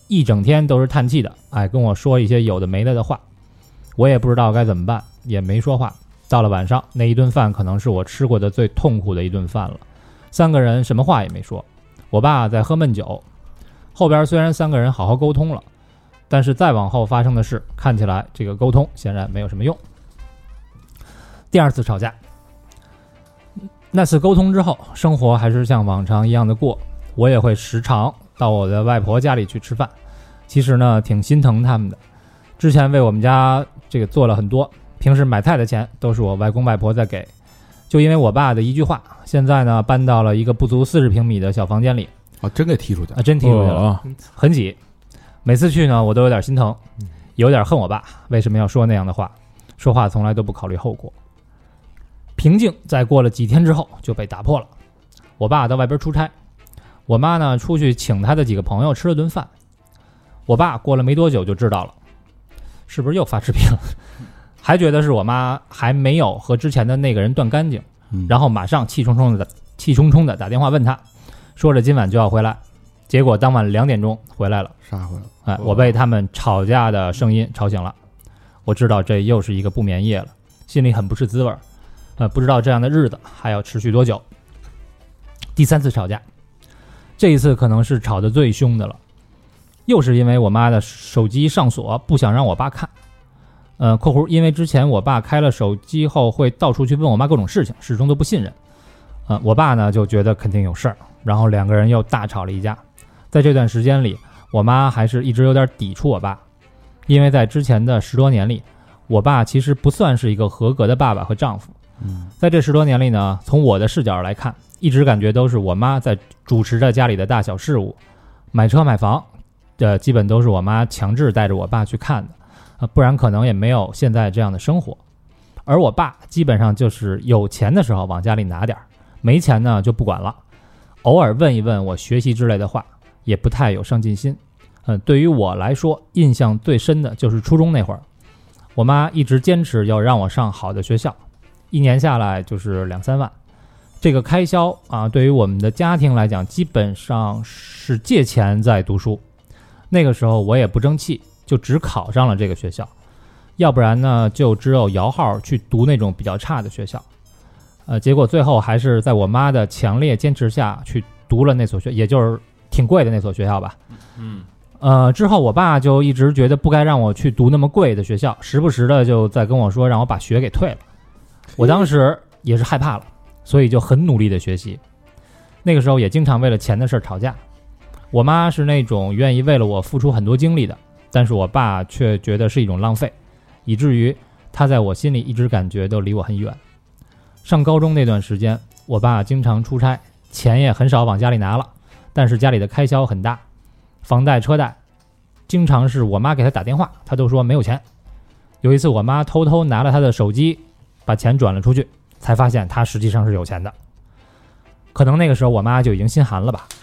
一整天都是叹气的，跟我说一些有的没的话，我也不知道该怎么办，也没说话。到了晚上，那一顿饭可能是我吃过的最痛苦的一顿饭了。3个人什么话也没说，我爸在喝闷酒。后边虽然3个人好好沟通了，但是再往后发生的事，看起来这个沟通显然没有什么用。第2次吵架，那次沟通之后，生活还是像往常一样的过，我也会时常到我的外婆家里去吃饭。其实呢，挺心疼他们的。之前为我们家这个做了很多，平时买菜的钱都是我外公外婆在给。就因为我爸的一句话，现在呢搬到了一个不足40平米的小房间里。 真给踢出去了， 真踢出去了，很挤。每次去呢，我都有点心疼，有点恨我爸为什么要说那样的话，说话从来都不考虑后果。平静在过了几天之后就被打破了。我爸到外边出差，我妈呢出去请他的几个朋友吃了顿饭。我爸过了没多久就知道了，是不是又发视频了？还觉得是我妈还没有和之前的那个人断干净，然后马上气冲冲的打电话问他，说着今晚就要回来。结果当晚2点钟回来了， 杀回来了。 我被他们吵架的声音吵醒了。我知道这又是一个不眠夜了，心里很不是滋味。不知道这样的日子还要持续多久。第3次吵架，这一次可能是吵得最凶的了，又是因为我妈的手机上锁，不想让我爸看。括弧因为之前我爸开了手机后会到处去问我妈各种事情，始终都不信任。我爸呢就觉得肯定有事儿，然后2个人又大吵了一架。在这段时间里，我妈还是一直有点抵触我爸，因为在之前的10多年里，我爸其实不算是一个合格的爸爸和丈夫。在这10多年里呢，从我的视角来看，一直感觉都是我妈在主持着家里的大小事务，买车买房，基本都是我妈强制带着我爸去看的，不然可能也没有现在这样的生活。而我爸基本上就是有钱的时候往家里拿点，没钱呢就不管了，偶尔问一问我学习之类的话，也不太有上进心。对于我来说，印象最深的就是初中那会儿，我妈一直坚持要让我上好的学校，1年下来就是2-3万。这个开销对于我们的家庭来讲，基本上是借钱在读书。那个时候我也不争气，就只考上了这个学校，要不然呢就只有摇号去读那种比较差的学校。结果最后还是在我妈的强烈坚持下去读了那所学，也就是挺贵的那所学校吧。之后我爸就一直觉得不该让我去读那么贵的学校，时不时的就在跟我说让我把学给退了。我当时也是害怕了，所以就很努力的学习。那个时候也经常为了钱的事吵架。我妈是那种愿意为了我付出很多精力的，但是我爸却觉得是一种浪费，以至于他在我心里一直感觉都离我很远。上高中那段时间，我爸经常出差，钱也很少往家里拿了，但是家里的开销很大，房贷车贷，经常是我妈给他打电话，他都说没有钱。有一次我妈偷偷拿了他的手机，把钱转了出去，才发现他实际上是有钱的。可能那个时候我妈就已经心寒了吧。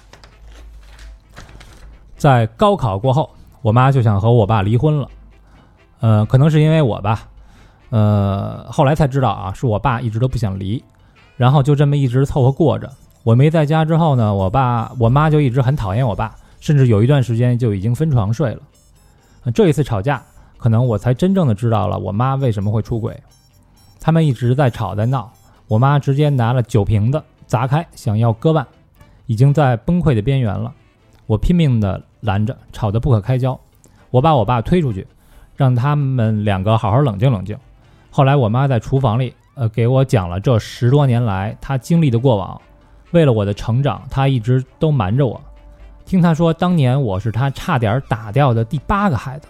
在高考过后，我妈就想和我爸离婚了。可能是因为我吧，后来才知道是我爸一直都不想离，然后就这么一直凑合过着。我没在家之后呢，我妈就一直很讨厌我爸，甚至有一段时间就已经分床睡了。这一次吵架，可能我才真正的知道了我妈为什么会出轨。他们一直在吵在闹，我妈直接拿了酒瓶子砸开，想要割腕，已经在崩溃的边缘了。我拼命的拦着，吵得不可开交。我把我爸推出去，让他们2个好好冷静冷静。后来我妈在厨房里给我讲了这10多年来她经历的过往。为了我的成长，她一直都瞒着我。听她说，当年我是她差点打掉的第8个孩子。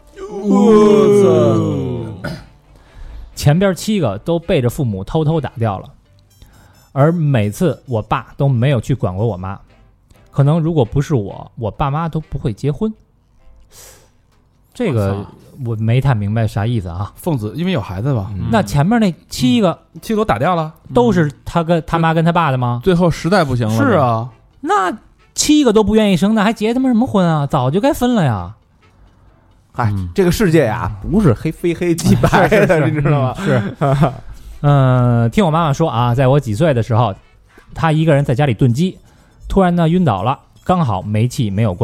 我操！前边7个都被着父母偷偷打掉了，而每次我爸都没有去管过我妈。可能如果不是我爸妈都不会结婚。这个我没太明白啥意思啊。 奉子因为有孩子吧？ 那前面那7个 7个都打掉了， 都是他妈跟他爸的吗？ 最后实在不行了。 是啊， 那7个都不愿意生，那还结他妈什么婚啊？早就该分了呀。 这个世界呀，不是非黑即白的，你知道吗？ 是。听我妈妈说在我几岁的时候，她一个人在家里炖鸡，突然呢晕倒了，刚好煤气没有关，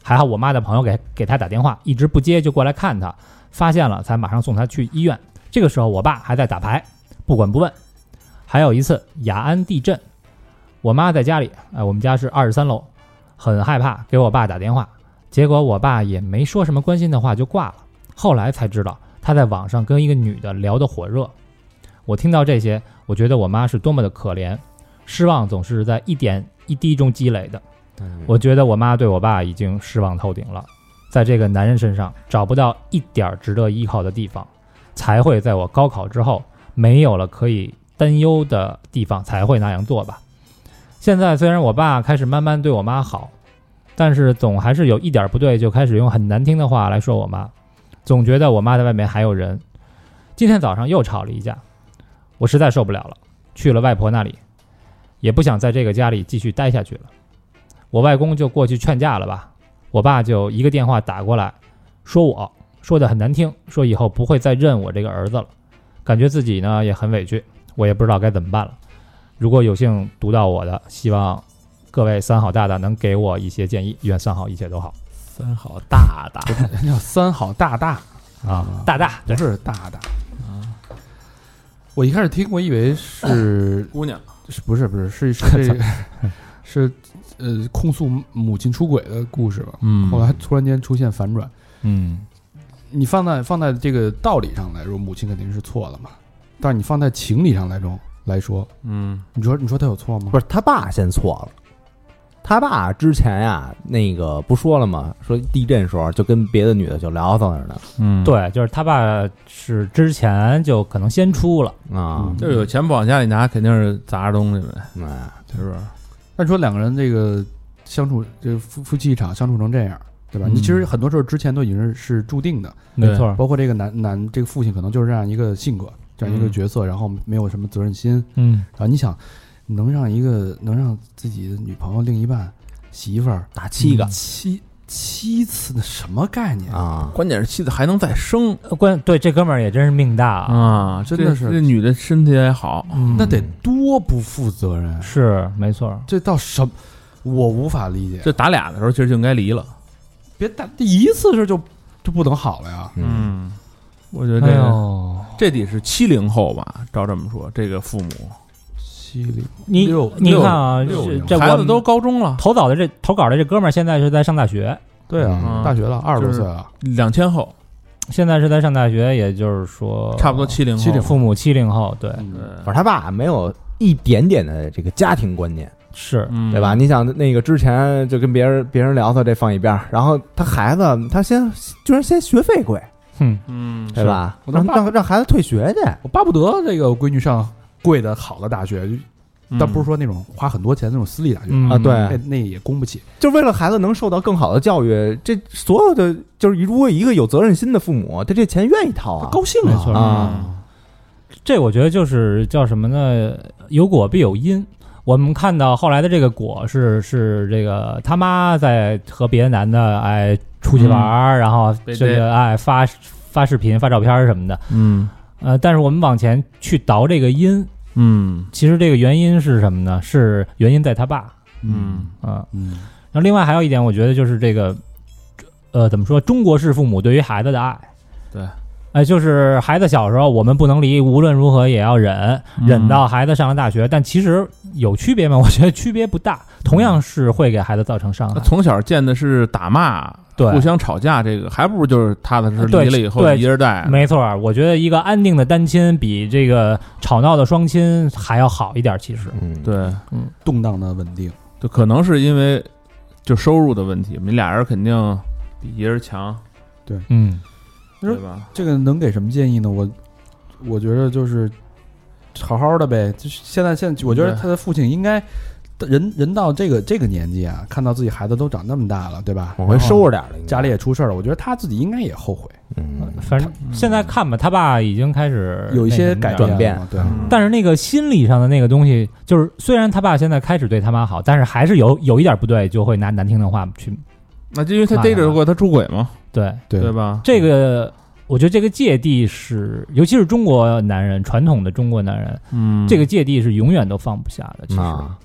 还好我妈的朋友给他打电话，一直不接就过来看他，发现了才马上送他去医院。这个时候我爸还在打牌，不管不问。还有一次雅安地震，我妈在家里，我们家是23楼，很害怕，给我爸打电话，结果我爸也没说什么关心的话就挂了。后来才知道他在网上跟一个女的聊得火热。我听到这些，我觉得我妈是多么的可怜，失望总是在一点一滴中积累的。我觉得我妈对我爸已经失望透顶了，在这个男人身上找不到一点值得依靠的地方，才会在我高考之后没有了可以担忧的地方才会那样做吧。现在虽然我爸开始慢慢对我妈好，但是总还是有一点不对，就开始用很难听的话来说我妈，总觉得我妈在外面还有人。今天早上又吵了一架，我实在受不了了，去了外婆那里，也不想在这个家里继续待下去了。我外公就过去劝架了吧，我爸就一个电话打过来，说得很难听，说以后不会再认我这个儿子了。感觉自己呢也很委屈，我也不知道该怎么办了。如果有幸读到我的，希望各位三好大大能给我一些建议，愿三好一切都好。 三好大大叫三好大大啊，大大不是大大啊。我一开始听，我以为是姑娘， 不是是控诉母亲出轨的故事吧。后来突然间出现反转。你放在这个道理上来说，母亲肯定是错了嘛。但是你放在情理上来说，你说他有错吗？ 不是，他爸先错了。他爸之前呀，那个不说了吗？说地震时候就跟别的女的就聊到那儿呢。 对，就是他爸是之前就可能先出了啊， 就是有钱不往家里拿，肯定是砸着东西呗，是不是？ 那你说两个人这个相处，这个夫妻一场相处成这样，对吧？你其实很多时候之前都已经是注定的， 没错。 包括这个男这个父亲可能就是这样一个性格，这样一个角色，然后没有什么责任心，然后你想。能让自己的女朋友、另一半、媳妇儿打7个七次的什么概念啊？ 关键是妻子还能再生， 对这哥们儿也真是命大啊！真的是这女的身体也好， 那得多不负责任。 是没错， 这到什么我无法理解。 这打俩的时候其实就应该离了， 别打一次是就不能好了呀。 我觉得这得是70后吧，照这么说，这个父母。 你看啊，这孩子都高中了， 投稿的这哥们儿现在是在上大学， 对啊，大学了，20多岁了 ，2000后， 现在是在上大学，也就是说差不多70后， 父母70后，对， 反正他爸没有一点点的这个家庭观念， 是对吧？你想那个之前就跟别人聊他这放一边，然后他孩子他居然先学费贵，对吧？让孩子退学去， 我巴不得这个闺女上贵的好的大学，但不是说那种花很多钱那种私立大学啊，对， 那也供不起。 就为了孩子能受到更好的教育，这所有的就是如果一个有责任心的父母，他这钱愿意掏啊， 高兴没错啊。 这我觉得就是叫什么呢？有果必有因。我们看到后来的这个果是这个他妈在和别的男的出去玩，然后这个发视频发照片什么的，但是我们往前去倒这个因，其实这个原因是什么呢？是原因在他爸，然后另外还有一点，我觉得就是这个，怎么说？中国式父母对于孩子的爱， 对， 就是孩子小时候我们不能离，无论如何也要忍到孩子上了大学，但其实有区别吗？我觉得区别不大，同样是会给孩子造成伤害。 从小见的是打骂。 对， 互相吵架，这个还不如就是踏踏实实离了以后一人带。 没错，我觉得一个安定的单亲比这个吵闹的双亲还要好一点。其实， 对， 动荡的稳定， 就可能是因为就收入的问题，你俩人肯定比一人强。 对， 对吧？ 这个能给什么建议呢？我觉得就是好好的呗。就是现在，我觉得他的父亲应该。人到这个年纪啊，看到自己孩子都长那么大了，对吧？ 往回收拾点了， 家里也出事了，我觉得他自己应该也后悔。 反正现在看吧，他爸已经开始有一些转变，对。 但是那个心理上的那个东西，就是虽然他爸现在开始对他妈好，但是还是有一点不对，就会拿难听的话去。 那就因为他逮着过他出轨嘛， 对吧？ 这个我觉得这个芥蒂是，尤其是中国男人，传统的中国男人，这个芥蒂是永远都放不下的。其实。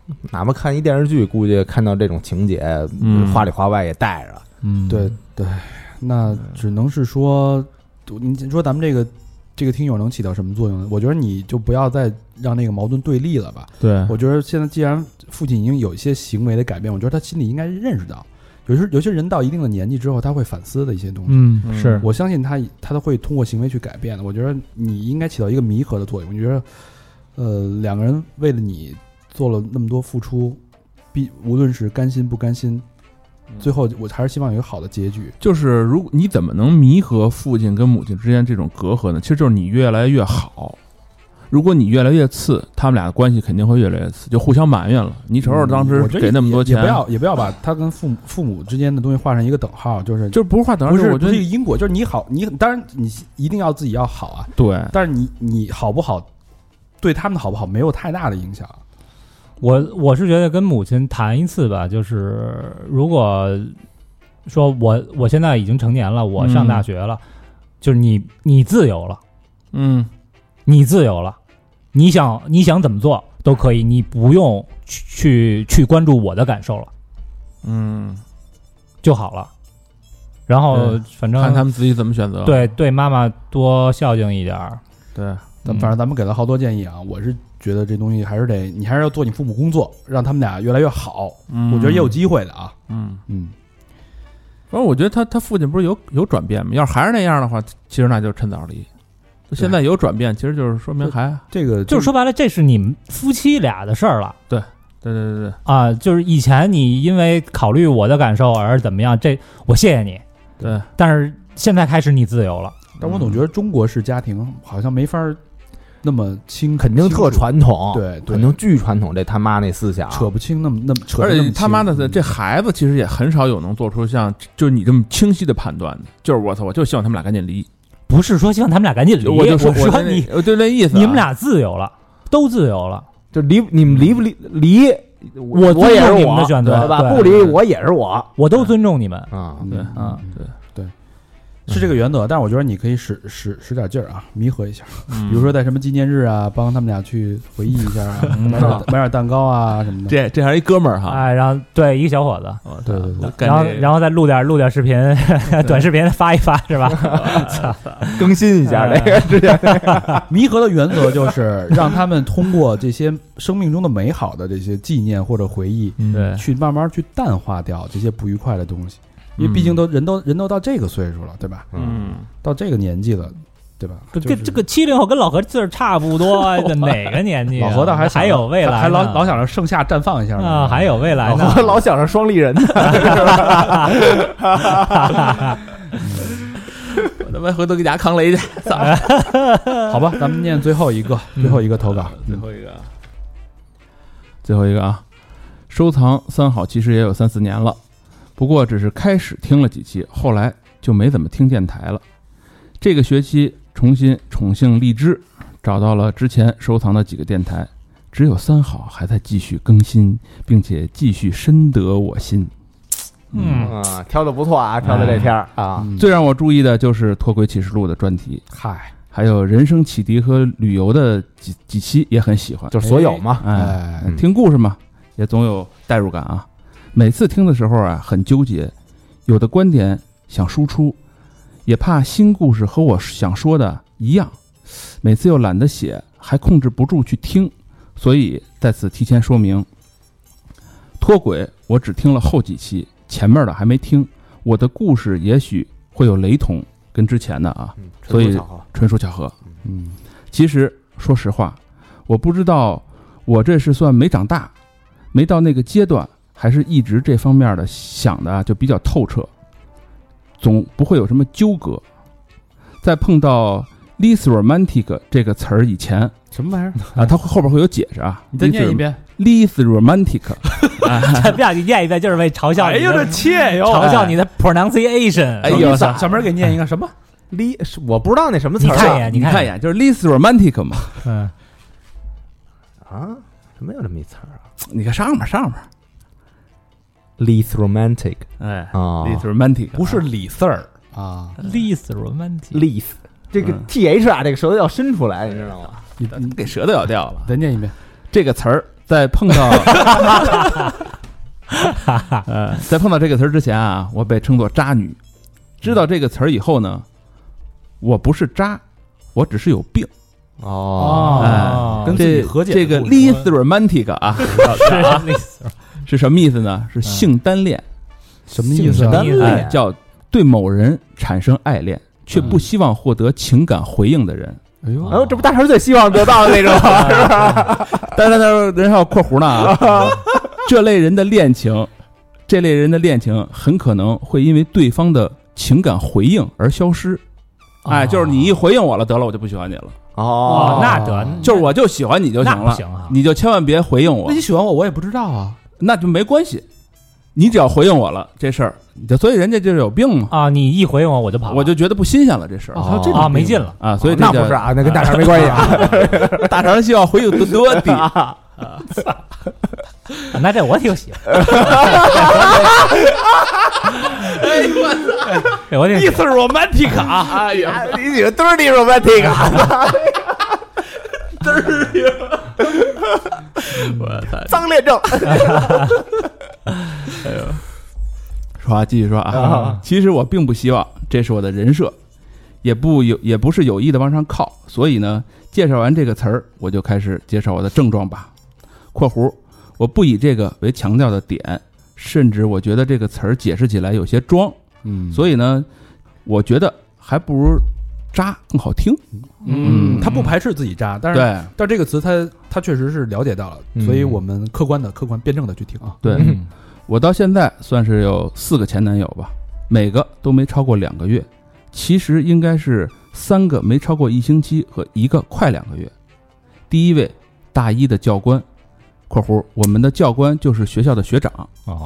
哪怕看一电视剧，估计看到这种情节，话里话外也带着。 对对，那只能是说，你说咱们这个听友能起到什么作用呢？我觉得你就不要再让那个矛盾对立了吧。 对， 我觉得现在既然父亲已经有一些行为的改变，我觉得他心里应该认识到，有些人到一定的年纪之后，他会反思的一些东西。 是我相信他都会通过行为去改变的。我觉得你应该起到一个弥合的作用。我觉得，两个人为了你做了那么多付出，无论是甘心不甘心。最后我还是希望有一个好的结局。 就是如果你怎么能弥合父亲跟母亲之间这种隔阂呢？其实就是你越来越好。如果你越来越次，他们俩的关系肯定会越来越次，就互相埋怨了。你瞅瞅当时给那么多钱， 也不要把他跟父母之间的东西画上一个等号，就是不是画等号， 不是我觉得一个因果，就是你好，你当然你一定要自己要好啊， 对， 但是你好不好，对他们的好不好没有太大的影响。 我是觉得跟母亲谈一次吧，就是如果说我现在已经成年了，我上大学了，就是你自由了，你自由了，你想怎么做都可以，你不用去关注我的感受了，就好了。然后反正看他们自己怎么选择， 对妈妈多孝敬一点儿， 对， 反正咱们给了好多建议啊，我是觉得这东西你还是要做你父母工作，让他们俩越来越好。我觉得也有机会的啊。 反正我觉得他父亲不是有转变吗？要是还是那样的话，其实那就趁早离。现在有转变，其实就是说明这个就是说白了，这是你们夫妻俩的事儿了。 对啊，就是以前你因为考虑我的感受而怎么样，这我谢谢你。 对， 但是现在开始你自由了。 但我总觉得中国式家庭好像没法那么肯定特传统， 对， 肯定巨传统。这他妈那思想扯不清，那么扯， 而且他妈的这孩子其实也很少有能做出像就是你这么清晰的判断的。就是我就希望他们俩赶紧离。 不是说希望他们俩赶紧离， 我就说你就那意思， 你们俩自由了，都自由了， 就你们离不离， 我也是你们的选择， 对吧？不离我也是我都尊重你们啊， 对，是这个原则。但是我觉得你可以使点劲儿啊，弥合一下。比如说在什么纪念日啊，帮他们俩去回忆一下啊，买点蛋糕啊什么的。 这还是一哥们儿哈， 哎，然后对一个小伙子， 对， 然后再录点视频，短视频发一发是吧？ 更新一下这个之前弥合的原则就是让他们通过这些生命中的美好的这些纪念或者回忆， 对， 去慢慢去淡化掉这些不愉快的东西。因为毕竟人都到这个岁数了，对吧？到这个年纪了，对吧？ 这个70后跟老何字儿差不多，哪个年纪？ 老何倒还有未来， 还老想着盛夏绽放一下啊，还有未来呢。 老何老想着双立人呢。 我他妈回头给家扛雷去。 好吧，咱们念最后一个投稿， 最后一个啊，收藏3好其实也有3-4年了。不过只是开始听了几期，后来就没怎么听电台了。这个学期重新宠幸荔枝，找到了之前收藏的几个电台，只有3好还在继续更新，并且继续深得我心。 挑的不错啊，挑的这天啊。 最让我注意的就是《脱轨启示录》的专题，还有人生启迪和旅游的几期也很喜欢， 就是所有嘛， 听故事嘛，也总有代入感啊。每次听的时候啊，很纠结，有的观点想输出，也怕新故事和我想说的一样，每次又懒得写，还控制不住去听，所以在此提前说明，脱轨我只听了后几期，前面的还没听，我的故事也许会有雷同，跟之前的啊，所以纯属巧合。其实说实话，我不知道我这是算没长大，没到那个阶段。还是一直这方面的想的就比较透彻，总不会有什么纠葛。在碰到 least romantic 这个词儿以前， 什么玩意儿啊？它后边会有解释啊， 你再念一遍 least romantic。 不要你念一遍，就是为嘲笑你。 哎呦，这切哟！ 嘲笑你的 pronunciation。 哎呦，小门给念一个什么？ 我不知道那什么词儿。 你看一眼，就是 least romantic 嘛。 怎么有这么一词儿啊？ 你看上面。 least romantic， least romantic 不是李四儿啊 ，least romantic， least 这个 th 啊，这个舌头要伸出来，你知道吗？ 你给舌头咬掉了。 再念一遍， 这个词儿在碰到在碰到这个词儿之前啊，我被称作渣女。知道这个词儿以后呢，我不是渣，我只是有病。 跟自己和解。 这个 least romantic 啊，是什么意思呢？是性单恋。 什么意思？ 叫对某人产生爱恋，却不希望获得情感回应的人。 哎呦，这不大肠最希望得到的那种，是吧？ 但人还有括弧呢啊，这类人的恋情很可能会因为对方的情感回应而消失。哎，就是你一回应我了，得了，我就不喜欢你了。 哦，那得就是我就喜欢你就行了，你就千万别回应我。 那你喜欢我，我也不知道啊， 那就没关系。你只要回应我了，这事儿，所以人家就是有病嘛啊！你一回应我就跑了， 我就觉得不新鲜了，这事儿没劲了啊！所以那不是啊，那跟大肠没关系啊。 大肠希望回应多的， 那这我挺喜欢。 哎呦我操！ 我挺意思 romantic 啊！ 哎呀， 你几个嘚儿的 romantic 啊！ 嘚儿我操！ 脏恋症。 哎呦，说话继续说啊！其实我并不希望，这是我的人设，也不是有意的往上靠。所以呢，介绍完这个词儿，我就开始介绍我的症状吧。（括弧）我不以这个为强调的点，甚至我觉得这个词儿解释起来有些装。所以呢，我觉得还不如渣更好听。 他不排斥自己渣，但是这个词他确实是了解到了，所以我们客观辩证的去听啊。 对，我到现在算是有4个前男友吧，每个都没超过2个月，其实应该是3个没超过1星期和1个快2个月。第一位大一的教官（括弧我们的教官就是学校的学长）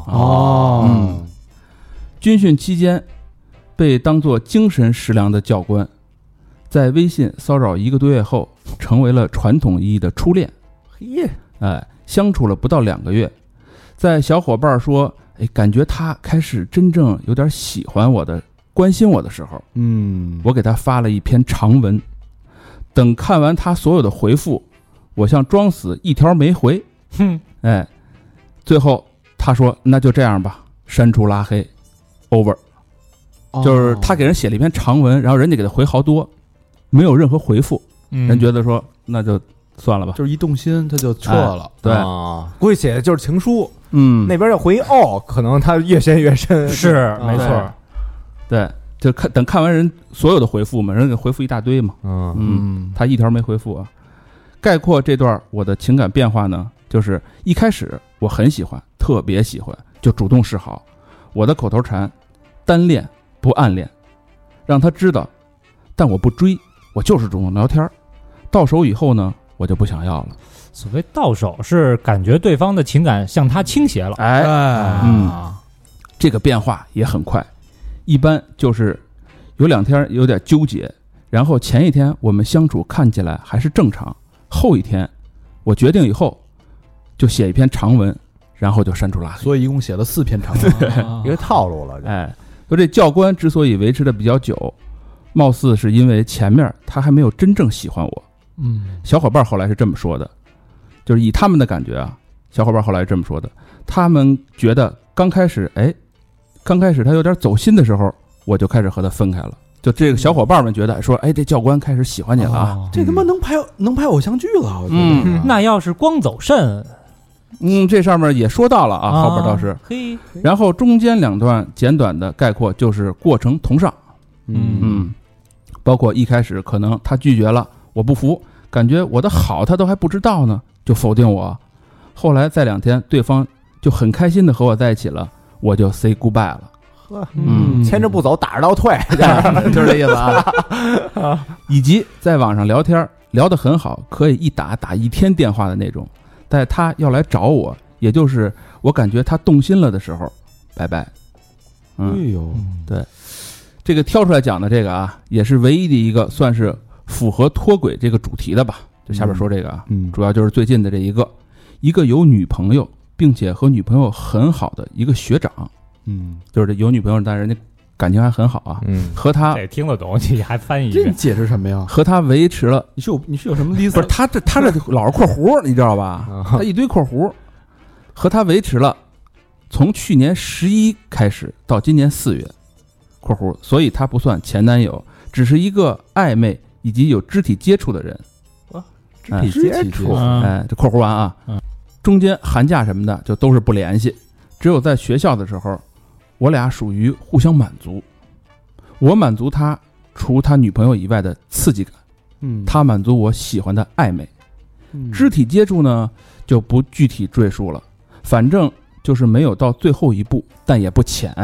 军训期间被当作精神食粮的教官，在微信骚扰1个多月后，成为了传统意义的初恋。相处了不到2个月，在小伙伴说感觉他开始真正有点喜欢我的关心我的时候，我给他发了一篇长文。等看完他所有的回复，我像装死1条没回。最后他说那就这样吧，删除拉黑 over。就是他给人写了一篇长文，然后人家给他回好多，没有任何回复，人觉得说那就算了吧， 就是一动心他就撤了。 对， 估计写的就是情书。那边要回可能他越陷越深。 是没错。 对，就等看完人所有的回复嘛，人给回复一大堆嘛。他1条没回复啊。概括这段我的情感变化呢，就是一开始我很喜欢，特别喜欢，就主动示好。我的口头禅：单恋不暗恋，让他知道，但我不追，我就是主动聊天。到手以后呢，我就不想要了。 所谓到手是感觉对方的情感向他倾斜了。 这个变化也很快，一般就是有2天有点纠结，然后前一天我们相处看起来还是正常，后一天我决定以后就写一篇长文，然后就删除拉黑。 所以一共写了4篇长文， 一个套路了。 说这教官之所以维持的比较久，貌似是因为前面他还没有真正喜欢我。小伙伴后来是这么说的，就是以他们的感觉啊，小伙伴后来是这么说的，他们觉得刚开始他有点走心的时候，我就开始和他分开了。就这个小伙伴们觉得说，这教官开始喜欢你了啊， 这他妈能拍偶像剧了，我觉得。 那要是光走肾， 这上面也说到了啊，后边倒是。然后中间2段简短的概括就是过程同上。包括一开始可能他拒绝了，我不服，感觉我的好他都还不知道呢，就否定我。后来再2天，对方就很开心的和我在一起了，我就 say goodbye 了。 牵着不走，打着倒退， 就是这意思啊。以及在网上聊天聊得很好，可以一打1天电话的那种，但他要来找我，也就是我感觉他动心了的时候，拜拜。对，这个挑出来讲的这个啊，也是唯一的一个算是符合脱轨这个主题的吧。就下边说这个啊，主要就是最近的这一个有女朋友并且和女朋友很好的一个学长。就是这有女朋友，但人家感情还很好啊。和他得听得懂，你还翻译一遍， 这解释什么呀？ 和他维持了， 你是有什么意思？ 不是他这老是括弧，你知道吧？他一堆括弧，和他维持了从去年11开始到今年4月括弧，所以他不算前男友，只是一个暧昧以及有肢体接触的人。 肢体接触， 这括弧完啊，中间寒假什么的就都是不联系，只有在学校的时候，我俩属于互相满足，我满足他除他女朋友以外的刺激感，他满足我喜欢的暧昧，肢体接触呢就不具体赘述了，反正就是没有到最后一步，但也不浅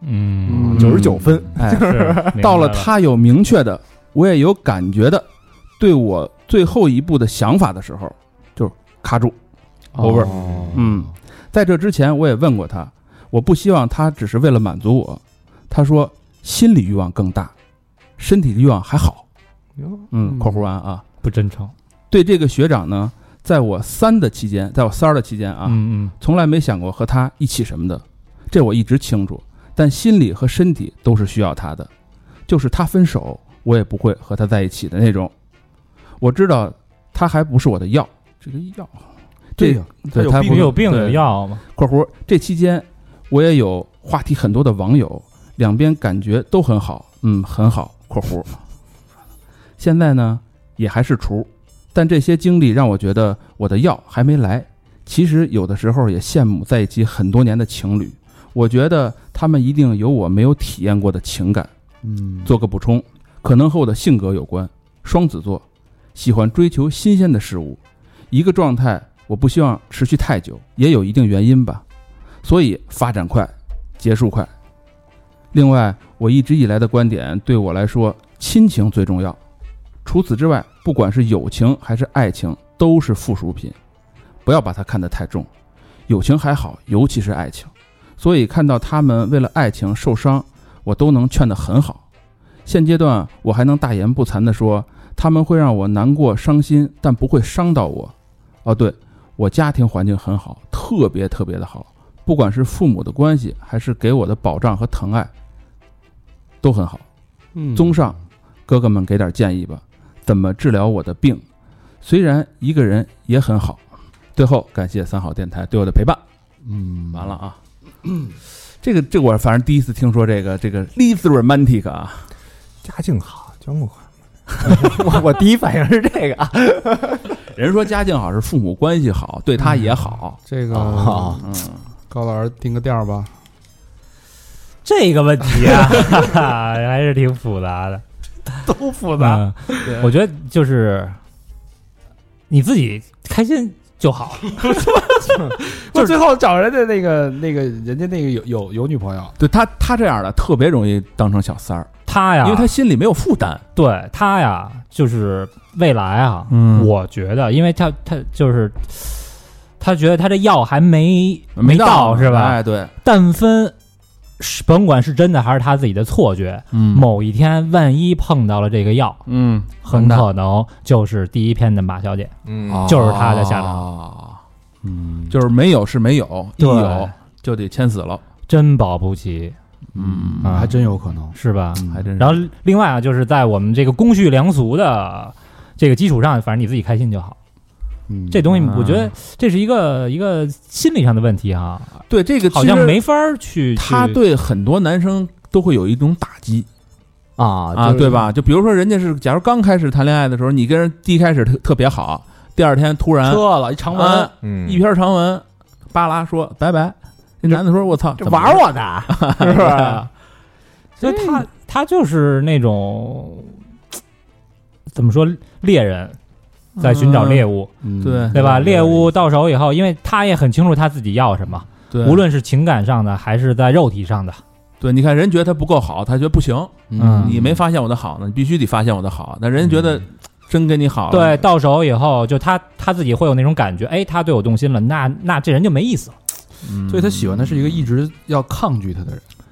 ，99分， 到了他有明确的，我也有感觉的，对我最后一步的想法的时候，就卡住 over。在这之前我也问过他，我不希望他只是为了满足我，他说心理欲望更大，身体欲望还好。括弧完啊， 不真诚。 对这个学长呢，在我三儿的期间啊，从来没想过和他一起什么的，这我一直清楚，但心理和身体都是需要他的，就是他分手我也不会和他在一起的那种。我知道他还不是我的药，这个药， 他有病有药嘛。 括弧这期间我也有话题很多的网友，两边感觉都很好，很好。括弧现在呢也还是处，但这些经历让我觉得我的药还没来。其实有的时候也羡慕在一起很多年的情侣，我觉得他们一定有我没有体验过的情感。做个补充，可能和我的性格有关，双子座喜欢追求新鲜的事物，一个状态我不希望持续太久，也有一定原因吧，所以发展快，结束快。另外，我一直以来的观点，对我来说，亲情最重要。除此之外，不管是友情还是爱情，都是附属品，不要把它看得太重。友情还好，尤其是爱情。所以看到他们为了爱情受伤，我都能劝得很好。现阶段我还能大言不惭地说，他们会让我难过伤心，但不会伤到我。对，我家庭环境很好，特别特别的好，不管是父母的关系还是给我的保障和疼爱都很好。综上，哥哥们给点建议吧，怎么治疗我的病？虽然一个人也很好。最后感谢三好电台对我的陪伴。完了啊。这个我反正第一次听说这个 least romantic 啊， 家境好，捐过款。我第一反应是这个。 人说家境好是父母关系好，对他也好。 这个高老师定个调吧。 这个问题啊，还是挺复杂的， 都复杂。 我觉得就是你自己开心就好。 就最后找人家那个人家那个有女朋友， 对他这样的特别容易当成小三儿。 他呀， 因为他心里没有负担。 对他呀，就是未来啊，我觉得，因为他就是他觉得他这药还没到是吧？ 哎，对， 但分甭管是真的还是他自己的错觉，某一天万一碰到了这个药，很可能就是第一篇的马小姐，就是他的下场。 就是没有是没有，一有就得签死了， 真保不齐。 还真有可能是吧？ 还真是。 然后另外啊，就是在我们这个公序良俗的这个基础上，反正你自己开心就好。这东西我觉得这是一个心理上的问题哈。 对，这个好像没法去。 他对很多男生都会有一种打击啊， 对吧？就比如说人家是，假如刚开始谈恋爱的时候，你跟人第一开始特别好，第二天突然撤了一长文， 一篇长文，巴拉说拜拜。那男的说：“我操， 这玩我的，是不是？” 所以他就是那种怎么说，猎人在寻找猎物，对吧？猎物到手以后，因为他也很清楚他自己要什么，无论是情感上的还是在肉体上的。 对，你看人觉得他不够好，他觉得不行，你没发现我的好呢，你必须得发现我的好。那人觉得真跟你好了， 对，到手以后，就他自己会有那种感觉，哎，他对我动心了，那这人就没意思了。 所以他喜欢的是一个一直要抗拒他的人。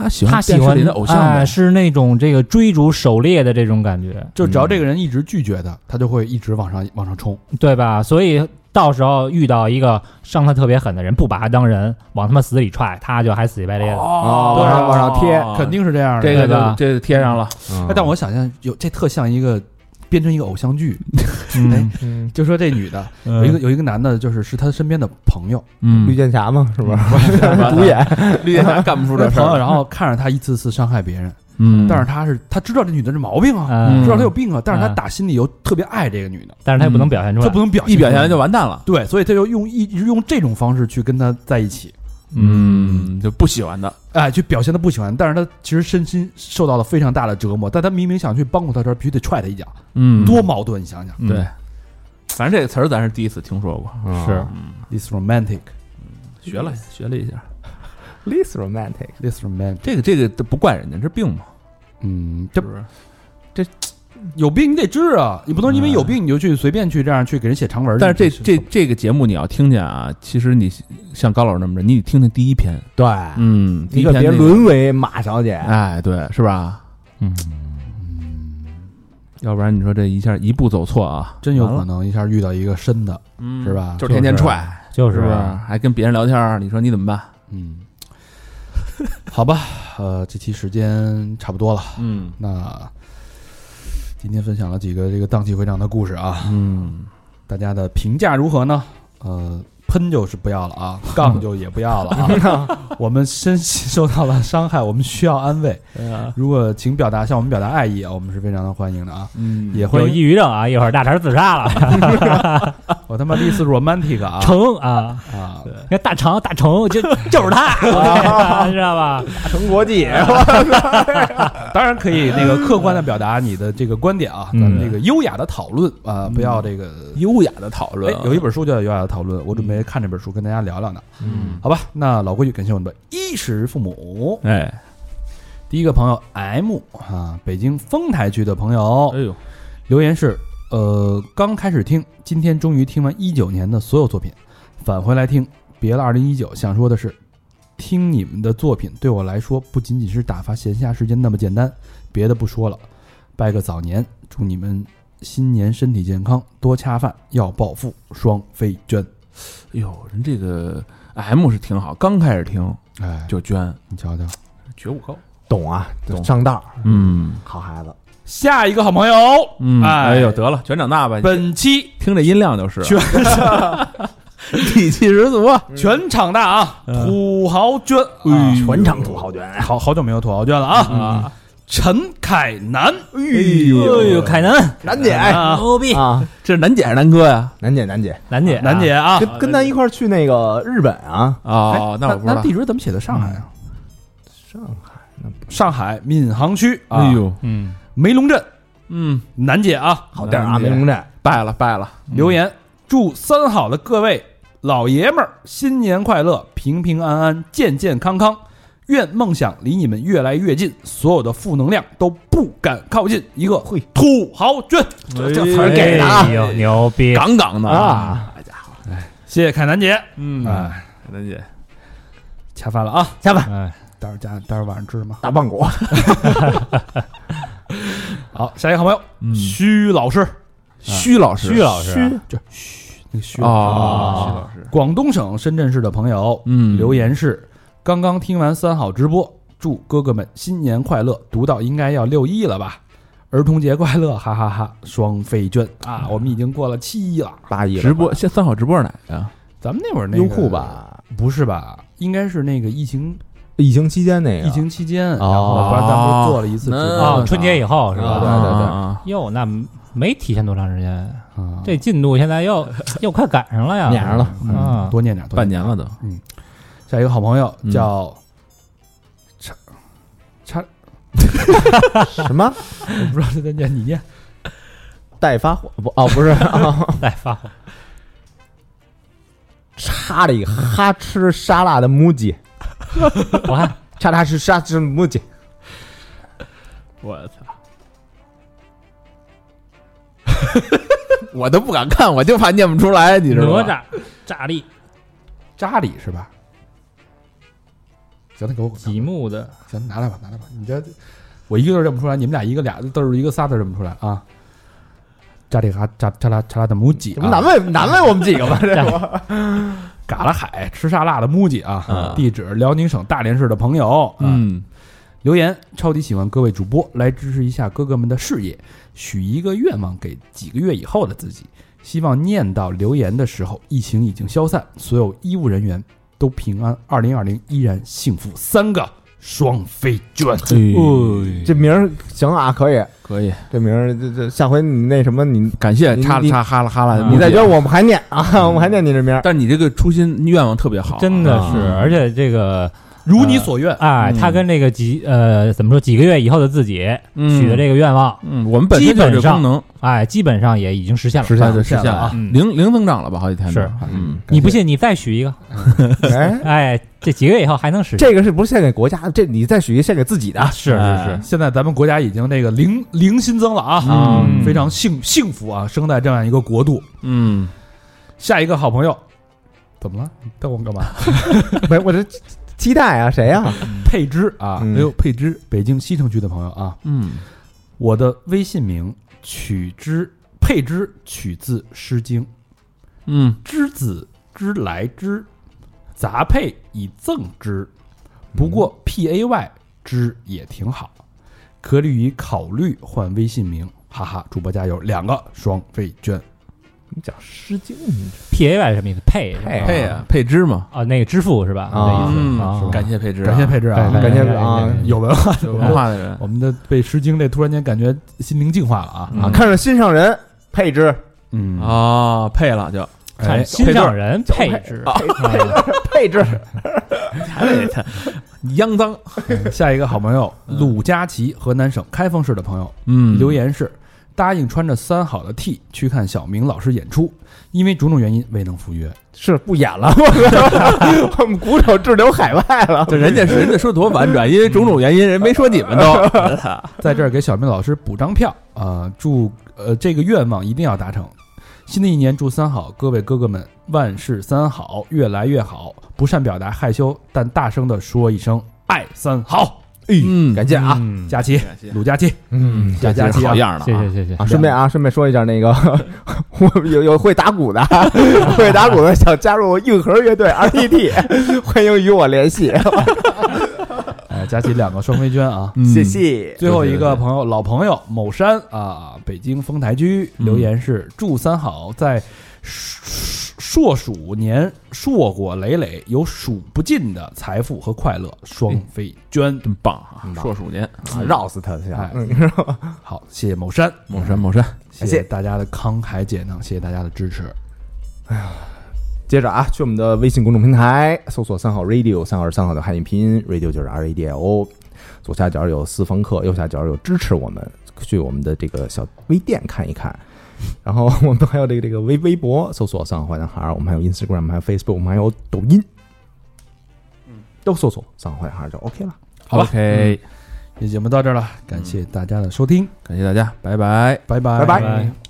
他喜欢电视里的偶像是那种这个追逐狩猎的这种感觉， 就只要这个人一直拒绝他就会一直往上冲， 对吧？所以到时候遇到一个伤他特别狠的人，不把他当人，往他妈死里踹，他就还死乞白咧的。 往上贴， 肯定是这样的。 这个贴上了。 但我想象这特像一个编成一个偶像剧。就说这女的有一个男的，是他身边的朋友， 绿箭侠嘛，是不是？独眼绿箭侠干不出这事儿， 然后看着他一次次伤害别人。但是他知道这女的是毛病啊，知道她有病啊，但是他打心里又特别爱这个女的， 但是他也不能表现出来， 他不能表现， 一表现就完蛋了。 对，所以他就一直用这种方式去跟他在一起， 就不喜欢的， 去表现他不喜欢，但是他其实身心受到了非常大的折磨，但他明明想去帮助他，这必须得踹他一脚，多矛盾，你想想。 对，反正这个词儿咱是第一次听说过， 是 ，this romantic， 学了一下。 This romantic， 这个不怪人家，这病嘛。 这不是这有病你得治啊，你不能因为有病你就去随便去这样去给人写长文。 但是这个节目你要听见啊，其实你像高老师那么着，你得听听第一篇。 对， 第一篇别沦为马小姐。 哎，对，是吧？要不然你说这一下一步走错啊， 真有可能一下遇到一个深的，是吧？ 就天天踹， 就是还跟别人聊天，你说你怎么办？ 好吧，这期时间差不多了，那今天分享了几个这个荡气回肠的故事啊，大家的评价如何呢？喷就是不要了啊，杠就也不要了啊。我们身心受到了伤害，我们需要安慰。如果请向我们表达爱意啊，我们是非常的欢迎的啊。也会有抑郁症啊，一会儿大肠自杀了。 我他妈第一次 romantic 啊， 成啊，那大成就是他，知道吧？ 大成国际， 当然可以那个客观的表达你的这个观点啊，咱们这个优雅的讨论啊，不要这个优雅的讨论。 有一本书叫《优雅的讨论》，我准备看这本书跟大家聊聊呢。好吧，那老规矩，感谢我们的衣食父母。第一个朋友 M 啊，北京丰台区的朋友，留言是刚开始听，今天终于听完19年的所有作品，返回来听别了2019，想说的是，听你们的作品对我来说不仅仅是打发闲暇时间那么简单，别的不说了，拜个早年，祝你们新年身体健康，多恰饭，要暴富，双飞捐。 人这个 M 是挺好，刚开始听就捐， 你瞧瞧， 觉悟高， 懂啊，上道，好孩子。 下一个好朋友， 得了，全长大吧。 本期听这音量就是底气十足啊， 全场大啊，土豪捐， 全场土豪捐， 好久没有土豪捐了啊。陈凯南， 凯南， 南姐， 牛逼啊！这是南姐还是南哥呀？ 南姐啊， 跟咱一块儿去那个日本啊。 那我不知道， 那地址怎么写的上海啊？上海闵行区啊，梅龙镇，南姐啊， 好地儿啊，梅龙镇， 拜了。 留言祝三好的各位老爷们儿新年快乐，平平安安，健健康康。愿梦想离你们越来越近，所有的负能量都不敢靠近。一个土豪捐， 这词儿给的啊， 牛逼， 杠杠的啊！ 好家伙， 谢谢凯南姐， 凯南姐， 恰饭了啊， 恰饭， 待会儿晚上吃什么？ 大棒果。 好，下一个好朋友，徐老师， 徐老师， 那个徐老师，广东省深圳市的朋友，留言是。刚刚听完三好直播，祝哥哥们新年快乐！读到应该要6·1了吧？儿童节快乐，哈哈哈！双飞捐啊，我们已经过了7·1了 ，8·1了。 直播现三好直播是哪个呀？ 咱们那会儿那个优酷吧？ 不是吧？应该是那个疫情期间那个。 疫情期间，然后不然咱们做了一次直播， 春节以后是吧？ 对。 哟，那没提前多长时间？这进度现在又快赶上了呀， 撵上了， 多念点， 半年了都。 下一个好朋友叫什么？ 我不知道这在念，你念。 带发火不是带发火， 插了一个哈吃沙拉的母鸡， 我看叉吃沙吃母鸡， 我操！我都不敢看，我就怕念不出来，你知道吗？ 哪吒炸力扎里是吧？ 行，那给我几木的， 行，拿来吧。你这我一个都认不出来，你们俩一个俩都是一个仨都认不出来啊。扎里哈扎拉的母鸡， 难为我们几个吧？这嘎拉海吃沙拉的母鸡啊！地址辽宁省大连市的朋友，留言超级喜欢各位主播，来支持一下哥哥们的事业，许一个愿望给几个月以后的自己，希望念到留言的时候，疫情已经消散，所有医务人员都平安，2020依然幸福，3个双飞卷。 这名儿行啊，可以，这名儿这下回你那什么，你感谢叉哈啦， 你再捐我们还念啊，我们还念你这名儿。 但你这个初心愿望特别好， 真的是，而且这个如你所愿， 他跟这个怎么说几个月以后的自己许的这个愿望， 我们本身就有这功能， 基本上也已经实现了啊，零增长了吧，好几天是，你不信你再许一个，这几个月以后还能实现， 这个是不是献给国家？这你再许一个献给自己的， 是， 现在咱们国家已经这个零新增了啊，非常幸福啊，生在这样一个国度，下一个好朋友怎么了？你瞪我干嘛？ 没，我这。期待啊，谁呀？ 佩芝啊，佩芝，北京西城区的朋友啊，我的微信名佩芝取自《诗经》，之子之来之，杂配以赠之，不过 PAY 之也挺好，可以考虑换微信名，哈哈，主播加油，2个双飞娟。 你讲《诗经》 ，PAY 什么意思？配啊，配支嘛， 那个支付是吧？ 感谢配支， 感谢配支啊， 感谢啊， 有文化的人， 我们的被《诗经》这突然间感觉心灵净化了啊！ 看着心上人配支， 配了就看心上人配支， 配支， 肮脏。 下一个好朋友鲁佳琪，河南省开封市的朋友，留言是。答应穿着3好的 T 去看小明老师演出，因为种种原因未能赴约， 是不演了。我们鼓手滞留海外了。 这人家说多婉转，因为种种原因，人没说你们都。 在这儿给小明老师补张票啊！祝这个愿望一定要达成。新的一年祝3好，各位哥哥们万事3好，越来越好。不善表达，害羞，但大声的说一声爱3好。 感谢啊， 佳琪，鲁佳琪， 佳琪好样的， 谢谢。 顺便说一下，那个我有会打鼓的，想加入硬核乐队 RTT， 欢迎与我联系。 佳琪2个双飞娟啊， 谢谢。 最后一个朋友，老朋友某山啊，北京丰台区留言是祝3好在硕鼠年硕果累累，有数不尽的财富和快乐。双飞娟真棒啊！硕鼠年绕死他去。 好，谢谢某山，谢谢大家的慷慨解囊，谢谢大家的支持。 哎呀，接着啊，去我们的微信公众平台搜索3好 radio， 3好是3好的汉语拼音 ，radio 就是 RADIO， 左下角有私房课，右下角有支持我们，去我们的这个小微店看一看。然后我们还有这个微博搜索3好坏男孩，我们还有 Instagram， 还有 Facebook， 我们还有抖音，都搜索3好坏男孩就 OK 了。 好吧，OK，这节目到这儿了，感谢大家的收听， 感谢大家，拜拜。